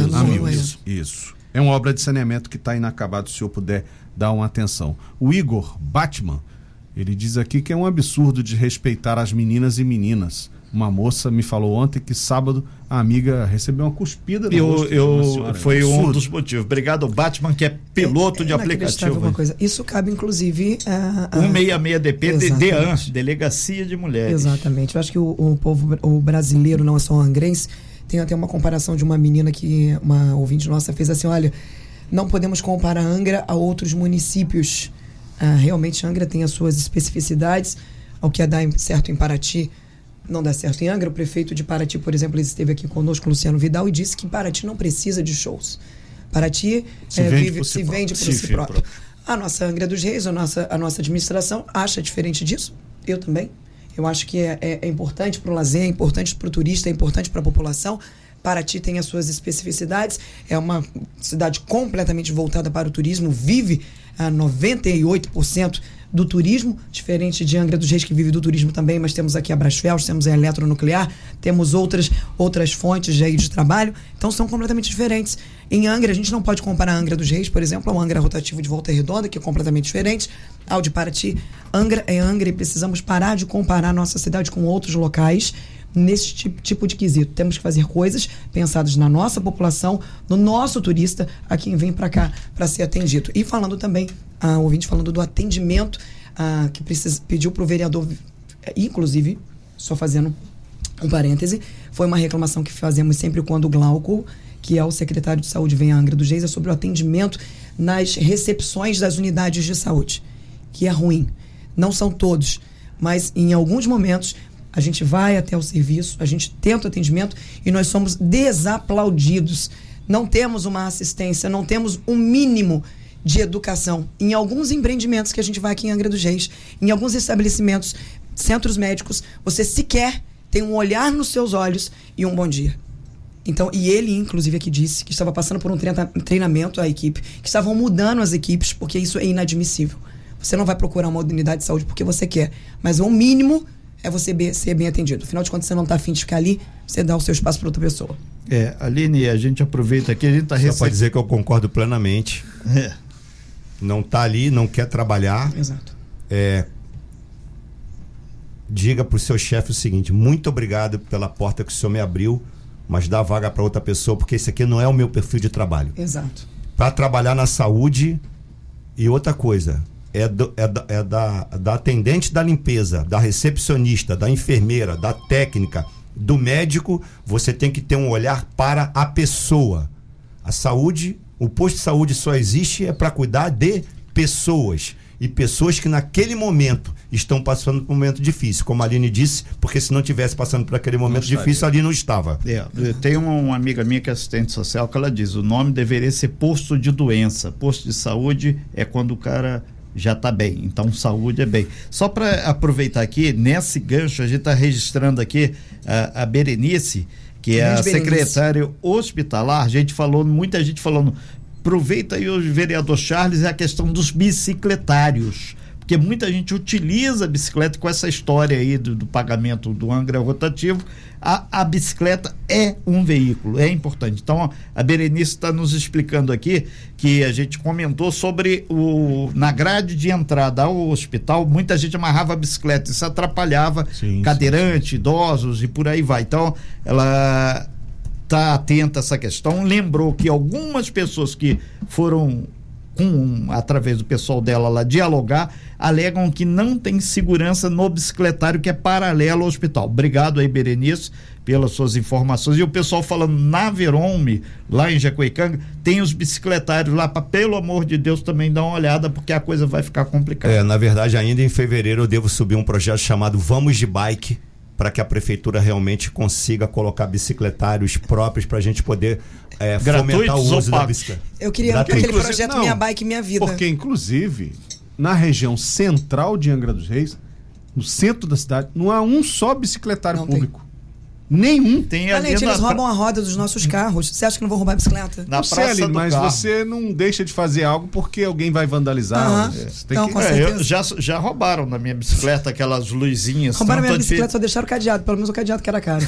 Isso. É uma obra de saneamento que está inacabada, se o senhor puder dar uma atenção. O Igor Batman, ele diz aqui que é um absurdo de respeitar as meninas e meninas. Uma moça me falou ontem que sábado a amiga recebeu uma cuspida no rosto. Foi um dos motivos. Obrigado ao Batman, que é piloto de aplicativo. Uma coisa. Isso cabe, inclusive, 166DP, DEAN, Delegacia de Mulheres. Exatamente. Eu acho que o brasileiro, não é só angrense, tem até uma comparação de uma menina que uma ouvinte nossa fez assim, olha, não podemos comparar Angra a outros municípios. Realmente Angra tem as suas especificidades, ao que dá certo em Paraty não dá certo em Angra. O prefeito de Paraty, por exemplo, ele esteve aqui conosco, Luciano Vidal, e disse que Paraty não precisa de shows. Paraty se vende por si próprio. A nossa Angra dos Reis, a nossa administração acha diferente disso. Eu também. Eu acho que é importante para o lazer, é importante para o turista, é importante para a população. Paraty tem as suas especificidades, é uma cidade completamente voltada para o turismo, vive a 98% do turismo, diferente de Angra dos Reis, que vive do turismo também, mas temos aqui a Brasfels, temos a eletronuclear, temos outras fontes aí de trabalho, então são completamente diferentes. Em Angra, a gente não pode comparar a Angra dos Reis, por exemplo, ao Angra rotativo de Volta Redonda, que é completamente diferente, ao de Paraty. Angra é Angra e precisamos parar de comparar a nossa cidade com outros locais nesse tipo de quesito. Temos que fazer coisas pensadas na nossa população, no nosso turista, a quem vem para cá para ser atendido. E falando também, o ouvinte falando do atendimento, que pediu para o vereador, inclusive, só fazendo um parêntese, foi uma reclamação que fazemos sempre quando o Glauco, que é o secretário de saúde, vem a Angra dos Reis, é sobre o atendimento nas recepções das unidades de saúde, que é ruim. Não são todos, mas em alguns momentos a gente vai até o serviço, a gente tenta o atendimento e nós somos desaplaudidos. Não temos uma assistência, não temos um mínimo de educação. Em alguns empreendimentos que a gente vai aqui em Angra dos Reis, em alguns estabelecimentos, centros médicos, você sequer tem um olhar nos seus olhos e um bom dia. Então, e ele, inclusive, aqui disse que estava passando por um treinamento a equipe, que estavam mudando as equipes, porque isso é inadmissível. Você não vai procurar uma unidade de saúde porque você quer, mas o mínimo é você ser bem atendido. Afinal de contas, você não está afim de ficar ali, você dá o seu espaço para outra pessoa. Aline, a gente aproveita aqui, a gente está recebendo... Só pode dizer que eu concordo plenamente. Não está ali, não quer trabalhar. Exato. diga pro seu chefe o seguinte: muito obrigado pela porta que o senhor me abriu, mas dá vaga para outra pessoa, porque esse aqui não é o meu perfil de trabalho. Exato. Para trabalhar na saúde. E outra coisa, da atendente da limpeza, da recepcionista, da enfermeira, da técnica, do médico, você tem que ter um olhar para a pessoa. A saúde, o posto de saúde só existe para cuidar de pessoas. E pessoas que naquele momento estão passando por um momento difícil, como a Aline disse, porque se não estivesse passando por aquele momento difícil, ali não estava. Tem uma amiga minha que é assistente social, que ela diz: o nome deveria ser posto de doença. Posto de saúde é quando o cara já está bem, então saúde é bem. Só para aproveitar aqui, nesse gancho, a gente está registrando aqui a Berenice, que é a secretária hospitalar. Muita gente falando. Aproveita aí o vereador Charles, é a questão dos bicicletários, porque muita gente utiliza a bicicleta com essa história aí do pagamento do Angra rotativo. A bicicleta é um veículo, é importante. Então a Berenice está nos explicando aqui que a gente comentou sobre na grade de entrada ao hospital, muita gente amarrava a bicicleta, isso atrapalhava cadeirante, idosos e por aí vai. Então ela está atenta a essa questão, lembrou que algumas pessoas que foram através do pessoal dela lá dialogar, alegam que não tem segurança no bicicletário que é paralelo ao hospital. Obrigado aí, Berenice, pelas suas informações. E o pessoal falando na Verome, lá em Jacuecanga, tem os bicicletários lá, para pelo amor de Deus também dar uma olhada, porque a coisa vai ficar complicada. Na verdade, ainda em fevereiro eu devo subir um projeto chamado Vamos de Bike, para que a prefeitura realmente consiga colocar bicicletários próprios para a gente poder fomentar o uso da bicicleta. Eu queria aquele projeto Minha Bike Minha Vida. Porque, inclusive, na região central de Angra dos Reis, no centro da cidade, não há um só bicicletário público. Nenhum. Tem eles roubam a roda dos nossos carros. Você acha que não vão roubar a bicicleta? Na praça do mas carro. Você não deixa de fazer algo porque alguém vai vandalizar. Com certeza. Já roubaram na minha bicicleta aquelas luzinhas. Roubaram minha bicicleta, só deixaram o cadeado. Pelo menos o cadeado que era caro.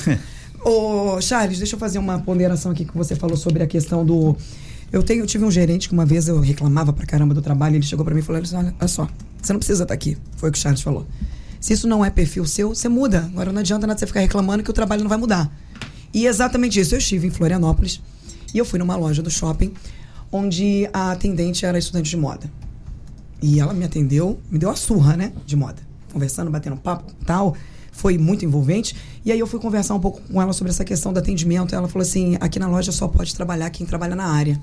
Ô, Charles, deixa eu fazer uma ponderação aqui que você falou sobre a questão do... Eu tive um gerente que uma vez eu reclamava pra caramba do trabalho, ele chegou pra mim e falou: olha só, você não precisa estar aqui. Foi o que o Charles falou. Se isso não é perfil seu, você muda. Agora não adianta nada você ficar reclamando que o trabalho não vai mudar. E exatamente isso. Eu estive em Florianópolis e eu fui numa loja do shopping onde a atendente era estudante de moda. E ela me atendeu, me deu a surra, né? De moda. Conversando, batendo papo e tal. Foi muito envolvente. E aí eu fui conversar um pouco com ela sobre essa questão do atendimento. Ela falou assim: aqui na loja só pode trabalhar quem trabalha na área.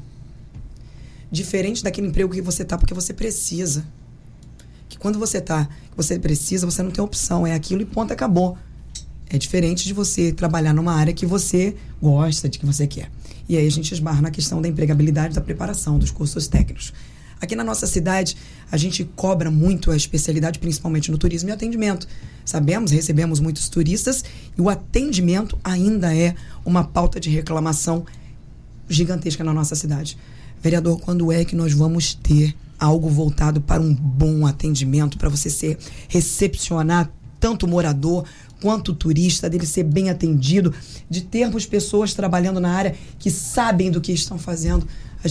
Diferente daquele emprego que você tá porque você precisa. Que quando você tá, que você precisa, você não tem opção, é aquilo e ponto, acabou. É diferente de você trabalhar numa área que você gosta, de que você quer. E aí a gente esbarra na questão da empregabilidade, da preparação, dos cursos técnicos. Aqui na nossa cidade, a gente cobra muito a especialidade, principalmente no turismo e atendimento. Recebemos muitos turistas e o atendimento ainda é uma pauta de reclamação gigantesca na nossa cidade. Vereador, quando é que nós vamos ter algo voltado para um bom atendimento, para você recepcionar tanto o morador quanto o turista, dele ser bem atendido, de termos pessoas trabalhando na área que sabem do que estão fazendo.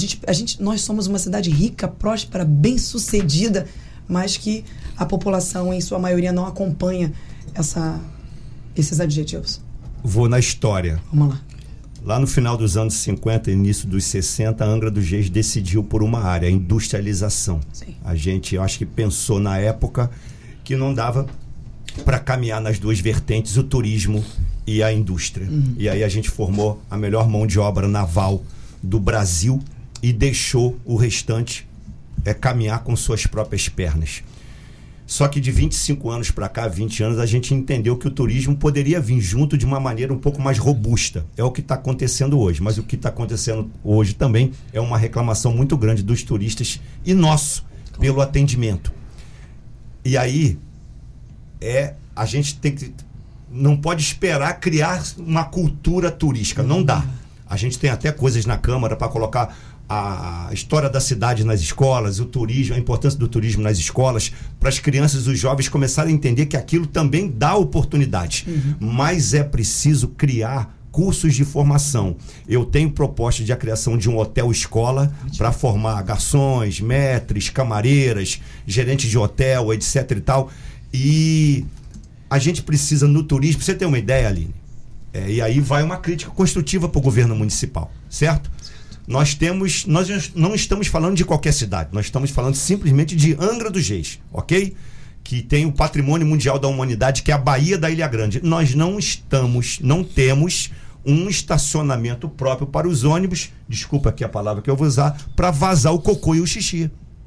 Nós somos uma cidade rica, próspera, bem-sucedida, mas que a população, em sua maioria, não acompanha esses adjetivos. Vou na história. Vamos lá. Lá no final dos anos 50, início dos 60, a Angra dos Reis decidiu por uma área, a industrialização. Sim. Eu acho que pensou na época que não dava para caminhar nas duas vertentes, o turismo e a indústria. E aí a gente formou a melhor mão de obra naval do Brasil e deixou o restante caminhar com suas próprias pernas. Só que de 25 anos para cá, 20 anos, a gente entendeu que o turismo poderia vir junto de uma maneira um pouco mais robusta. É o que está acontecendo hoje. Mas o que está acontecendo hoje também é uma reclamação muito grande dos turistas e nosso pelo atendimento. E aí, a gente não pode esperar criar uma cultura turística. Não dá. A gente tem até coisas na Câmara para colocar a história da cidade nas escolas, o turismo, a importância do turismo nas escolas, para as crianças e os jovens começarem a entender que aquilo também dá oportunidade. Mas é preciso criar cursos de formação. Eu tenho proposta de a criação de um hotel-escola para formar garçons, maîtres, camareiras, gerentes de hotel, etc. e tal. E a gente precisa no turismo, pra você ter uma ideia, Aline, e aí vai uma crítica construtiva para o governo municipal, certo? Nós não estamos falando de qualquer cidade, nós estamos falando simplesmente de Angra dos Reis, ok? Que tem o patrimônio mundial da humanidade, que é a Baía da Ilha Grande. Nós não temos um estacionamento próprio para os ônibus, desculpa aqui a palavra que eu vou usar, para vazar o cocô e o xixi.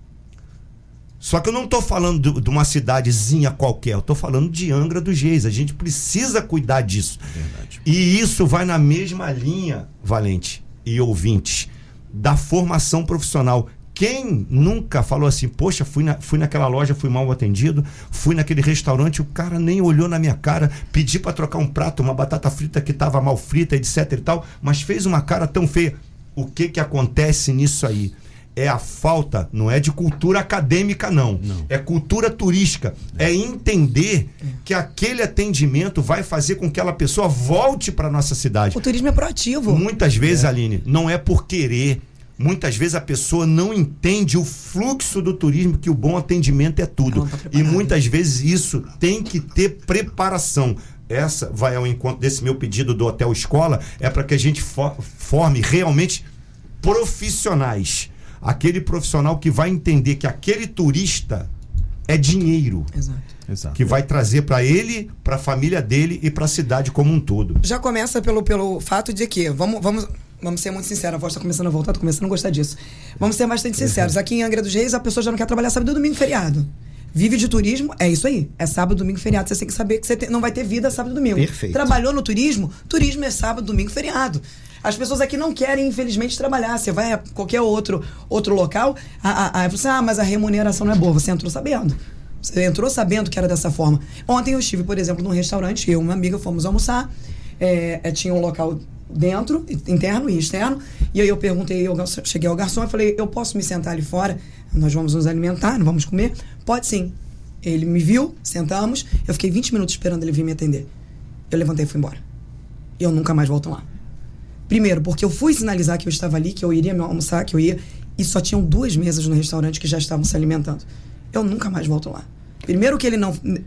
Só que eu não estou falando de uma cidadezinha qualquer, eu estou falando de Angra dos Reis. A gente precisa cuidar disso. Verdade. E isso vai na mesma linha, Valente e ouvintes, da formação profissional. Quem nunca falou assim, poxa, fui naquela loja, fui mal atendido, fui naquele restaurante, o cara nem olhou na minha cara, pedi para trocar um prato, uma batata frita que estava mal frita, etc e tal, mas fez uma cara tão feia. O que acontece nisso aí? É a falta, não é de cultura acadêmica, não. É cultura turística. É entender que aquele atendimento vai fazer com que aquela pessoa volte para nossa cidade. O turismo é proativo. Muitas vezes, Aline, não é por querer. Muitas vezes a pessoa não entende o fluxo do turismo, que o bom atendimento é tudo. E muitas vezes isso tem que ter preparação. Essa vai ao encontro desse meu pedido do Hotel Escola, é para que a gente forme realmente profissionais. Aquele profissional que vai entender que aquele turista é dinheiro. Exato. Que vai trazer para ele, para a família dele e para a cidade como um todo. Já começa pelo fato de que, vamos ser muito sinceros, a voz está começando a voltar, estou começando a gostar disso. Vamos ser bastante sinceros. Aqui em Angra dos Reis, a pessoa já não quer trabalhar sábado, domingo, feriado. Vive de turismo, é isso aí. É sábado, domingo, feriado. Você tem que saber que você não vai ter vida sábado e domingo. Perfeito. Trabalhou no turismo é sábado, domingo, feriado. As pessoas aqui não querem, infelizmente, trabalhar. Você vai a qualquer outro local, mas a remuneração não é boa. Você entrou sabendo. Você entrou sabendo que era dessa forma. Ontem eu estive, por exemplo, num restaurante, eu e uma amiga fomos almoçar, tinha um local dentro, interno e externo, e aí eu perguntei, eu cheguei ao garçom e falei, eu posso me sentar ali fora? Nós vamos nos alimentar, não vamos comer? Pode sim. Ele me viu, sentamos, eu fiquei 20 minutos esperando ele vir me atender. Eu levantei e fui embora. E eu nunca mais volto lá. Primeiro, porque eu fui sinalizar que eu estava ali, que eu iria me almoçar, que eu ia, e só tinham 2 mesas no restaurante que já estavam se alimentando. Eu nunca mais volto lá. Primeiro que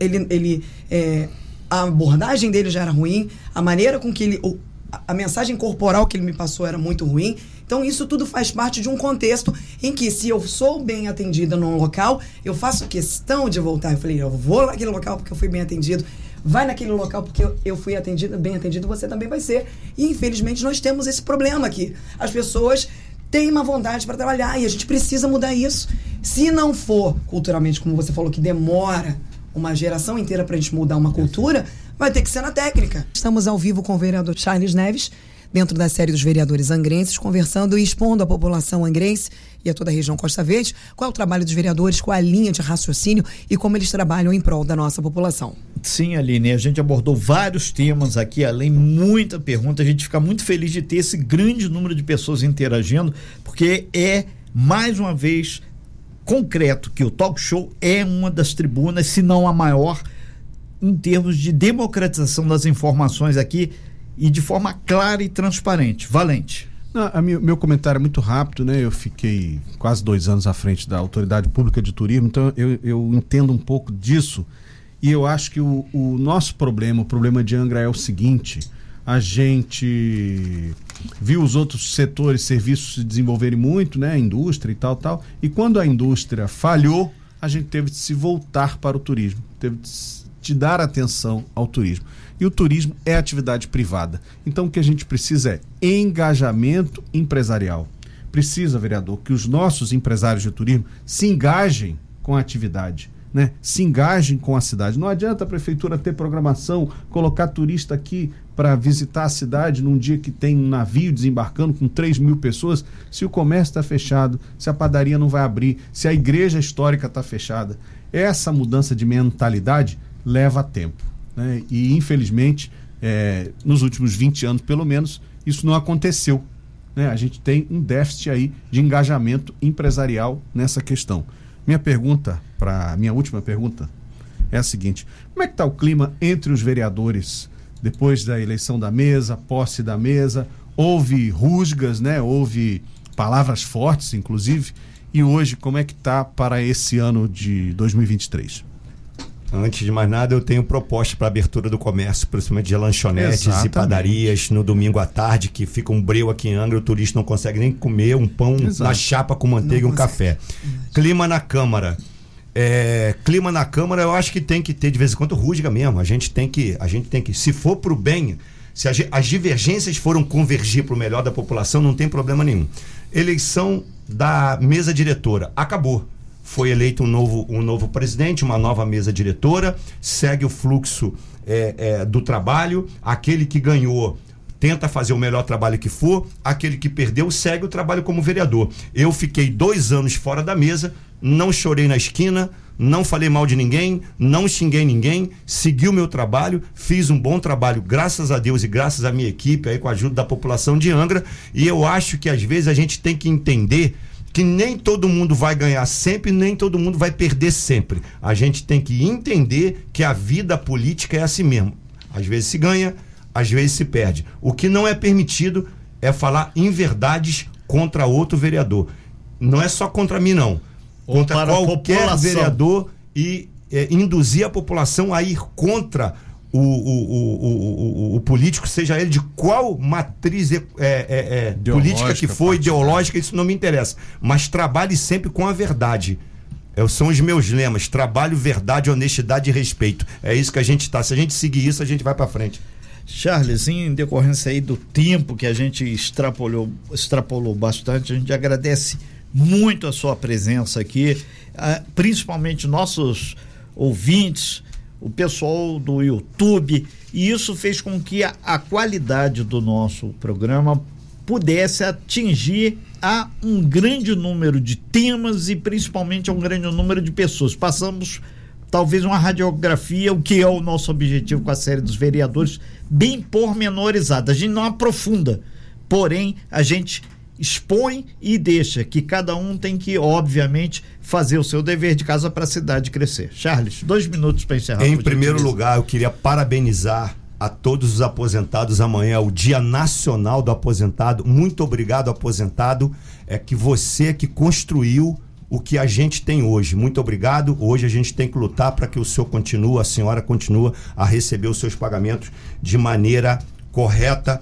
a abordagem dele já era ruim, a maneira com que a mensagem corporal que ele me passou era muito ruim. Então isso tudo faz parte de um contexto em que, se eu sou bem atendida num local, eu faço questão de voltar. Eu falei, eu vou naquele local porque eu fui bem atendido. Vai naquele local porque eu fui bem atendido, você também vai ser. E infelizmente nós temos esse problema aqui. As pessoas têm uma vontade para trabalhar e a gente precisa mudar isso. Se não for culturalmente, como você falou, que demora uma geração inteira para a gente mudar uma cultura, vai ter que ser na técnica. Estamos ao vivo com o vereador Charles Neves, dentro da série dos vereadores angrenses, conversando e expondo à população angrense e a toda a região Costa Verde qual é o trabalho dos vereadores, qual a linha de raciocínio e como eles trabalham em prol da nossa população. Sim, Aline, a gente abordou vários temas aqui, além muita pergunta. A gente fica muito feliz de ter esse grande número de pessoas interagindo, porque é, mais uma vez, concreto que o Talk Show é uma das tribunas, se não a maior, em termos de democratização das informações aqui e de forma clara e transparente. Valente. Meu comentário é muito rápido, né? Eu fiquei quase 2 anos à frente da Autoridade Pública de Turismo, então eu entendo um pouco disso, e eu acho que o nosso problema, o problema de Angra é o seguinte: a gente viu os outros setores, serviços se desenvolverem muito, né? A indústria e tal, e quando a indústria falhou, a gente teve de se voltar para o turismo, teve de dar atenção ao turismo. E o turismo é atividade privada. Então o que a gente precisa é engajamento empresarial. Precisa, vereador, que os nossos empresários de turismo se engajem com a atividade, né? Se engajem com a cidade. Não adianta a prefeitura ter programação, colocar turista aqui para visitar a cidade num dia que tem um navio desembarcando com 3.000 pessoas, se o comércio está fechado, se a padaria não vai abrir, se a igreja histórica está fechada. Essa mudança de mentalidade leva tempo, né? E infelizmente nos últimos 20 anos pelo menos isso não aconteceu, né? A gente tem um déficit aí de engajamento empresarial nessa questão. Minha última pergunta é a seguinte: como é que está o clima entre os vereadores depois da eleição da mesa, posse da mesa? Houve rusgas, né? Houve palavras fortes, inclusive. E hoje, como é que está para esse ano de 2023? Antes de mais nada, eu tenho proposta para abertura do comércio, principalmente de lanchonetes e padarias no domingo à tarde, que fica um breu aqui em Angra, o turista não consegue nem comer um pão na chapa com manteiga e um café. Clima na Câmara. Clima na Câmara, eu acho que tem que ter de vez em quando rusga mesmo. A gente tem que, se for pro bem, se as divergências foram convergir pro melhor da população, não tem problema nenhum. Eleição da mesa diretora, acabou. Foi eleito um novo presidente, uma nova mesa diretora, segue o fluxo do trabalho, aquele que ganhou tenta fazer o melhor trabalho que for, aquele que perdeu segue o trabalho como vereador. Eu fiquei 2 anos fora da mesa, não chorei na esquina, não falei mal de ninguém, não xinguei ninguém, segui o meu trabalho, fiz um bom trabalho, graças a Deus e graças à minha equipe, aí com a ajuda da população de Angra, e eu acho que às vezes a gente tem que entender que nem todo mundo vai ganhar sempre, nem todo mundo vai perder sempre. A gente tem que entender que a vida política é assim mesmo. Às vezes se ganha, às vezes se perde. O que não é permitido é falar inverdades contra outro vereador. Não é só contra mim, não. Contra qualquer vereador e induzir a população a ir contra o político, seja ele de qual matriz política que for, ideológica, isso não me interessa. Mas trabalhe sempre com a verdade. São os meus lemas: trabalho, verdade, honestidade e respeito. É isso que a gente está. Se a gente seguir isso, a gente vai para frente. Charles, em decorrência aí do tempo que a gente extrapolou bastante, a gente agradece muito a sua presença aqui, principalmente nossos ouvintes, o pessoal do YouTube, e isso fez com que a qualidade do nosso programa pudesse atingir a um grande número de temas e principalmente a um grande número de pessoas. Passamos talvez uma radiografia, o que é o nosso objetivo com a série dos vereadores, bem pormenorizada. A gente não aprofunda, porém a gente expõe e deixa que cada um tem que, obviamente, fazer o seu dever de casa para a cidade crescer. Charles, 2 minutos para encerrar. Em primeiro lugar, eu queria parabenizar a todos os aposentados. Amanhã é o Dia Nacional do Aposentado. Muito obrigado, aposentado. É que você que construiu o que a gente tem hoje. Muito obrigado. Hoje a gente tem que lutar para que o senhor continue, a senhora continue a receber os seus pagamentos de maneira correta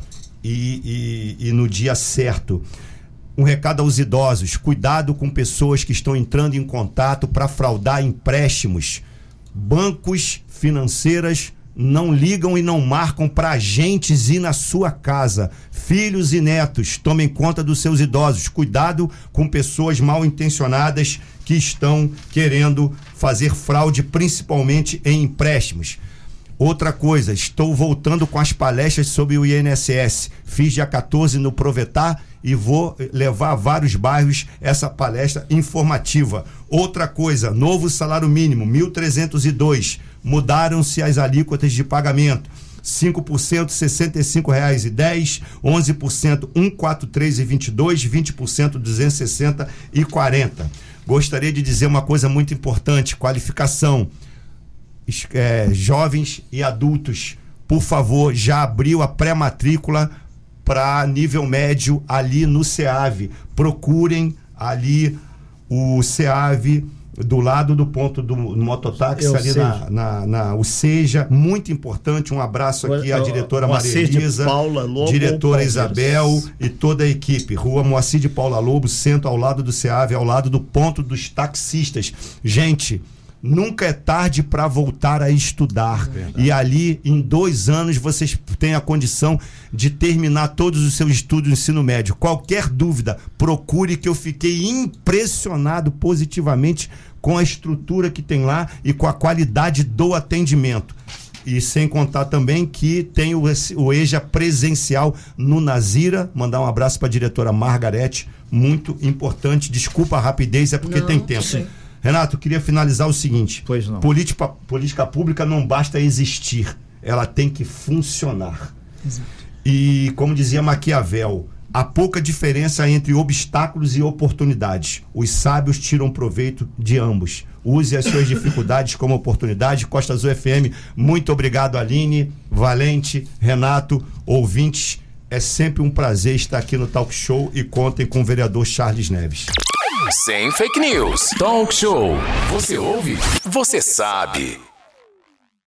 e no dia certo. Um recado aos idosos: cuidado com pessoas que estão entrando em contato para fraudar empréstimos. Bancos, financeiras não ligam e não marcam para agentes ir na sua casa. Filhos e netos, tomem conta dos seus idosos. Cuidado com pessoas mal intencionadas que estão querendo fazer fraude, principalmente em empréstimos. Outra coisa, estou voltando com as palestras sobre o INSS. Fiz dia 14 no Provetar e vou levar a vários bairros essa palestra informativa. Outra coisa, novo salário mínimo, 1.302. Mudaram-se as alíquotas de pagamento. 5% R$ 65,10, 11% R$ 143,22, 20% R$ 260,40. Gostaria de dizer uma coisa muito importante: qualificação. Jovens e adultos, por favor, já abriu a pré-matrícula para nível médio ali no SEAV. Procurem ali o SEAV do lado do ponto do mototáxi, ali o SEJA, muito importante. Um abraço aqui à diretora Maria Elisa, diretora Isabel e toda a equipe. Rua Moacir de Paula Lobo, centro, ao lado do SEAV, ao lado do ponto dos taxistas. Gente, nunca é tarde para voltar a estudar. E ali, em 2 anos, vocês têm a condição de terminar todos os seus estudos do ensino médio. Qualquer dúvida, procure, que eu fiquei impressionado positivamente com a estrutura que tem lá e com a qualidade do atendimento. E sem contar também que tem o EJA presencial no Nazira. Mandar um abraço para a diretora Margarete, muito importante. Desculpa a rapidez, é porque tem tempo. Sim. Renato, eu queria finalizar o seguinte: pois não. Política pública não basta existir, ela tem que funcionar. Exato. E como dizia Maquiavel, há pouca diferença entre obstáculos e oportunidades. Os sábios tiram proveito de ambos. Use as suas dificuldades como oportunidade. Costa Azul FM, muito obrigado, Aline, Valente, Renato, ouvintes. É sempre um prazer estar aqui no Talk Show e contem com o vereador Charles Neves. Sem fake news. Talk Show. Você ouve? Você sabe.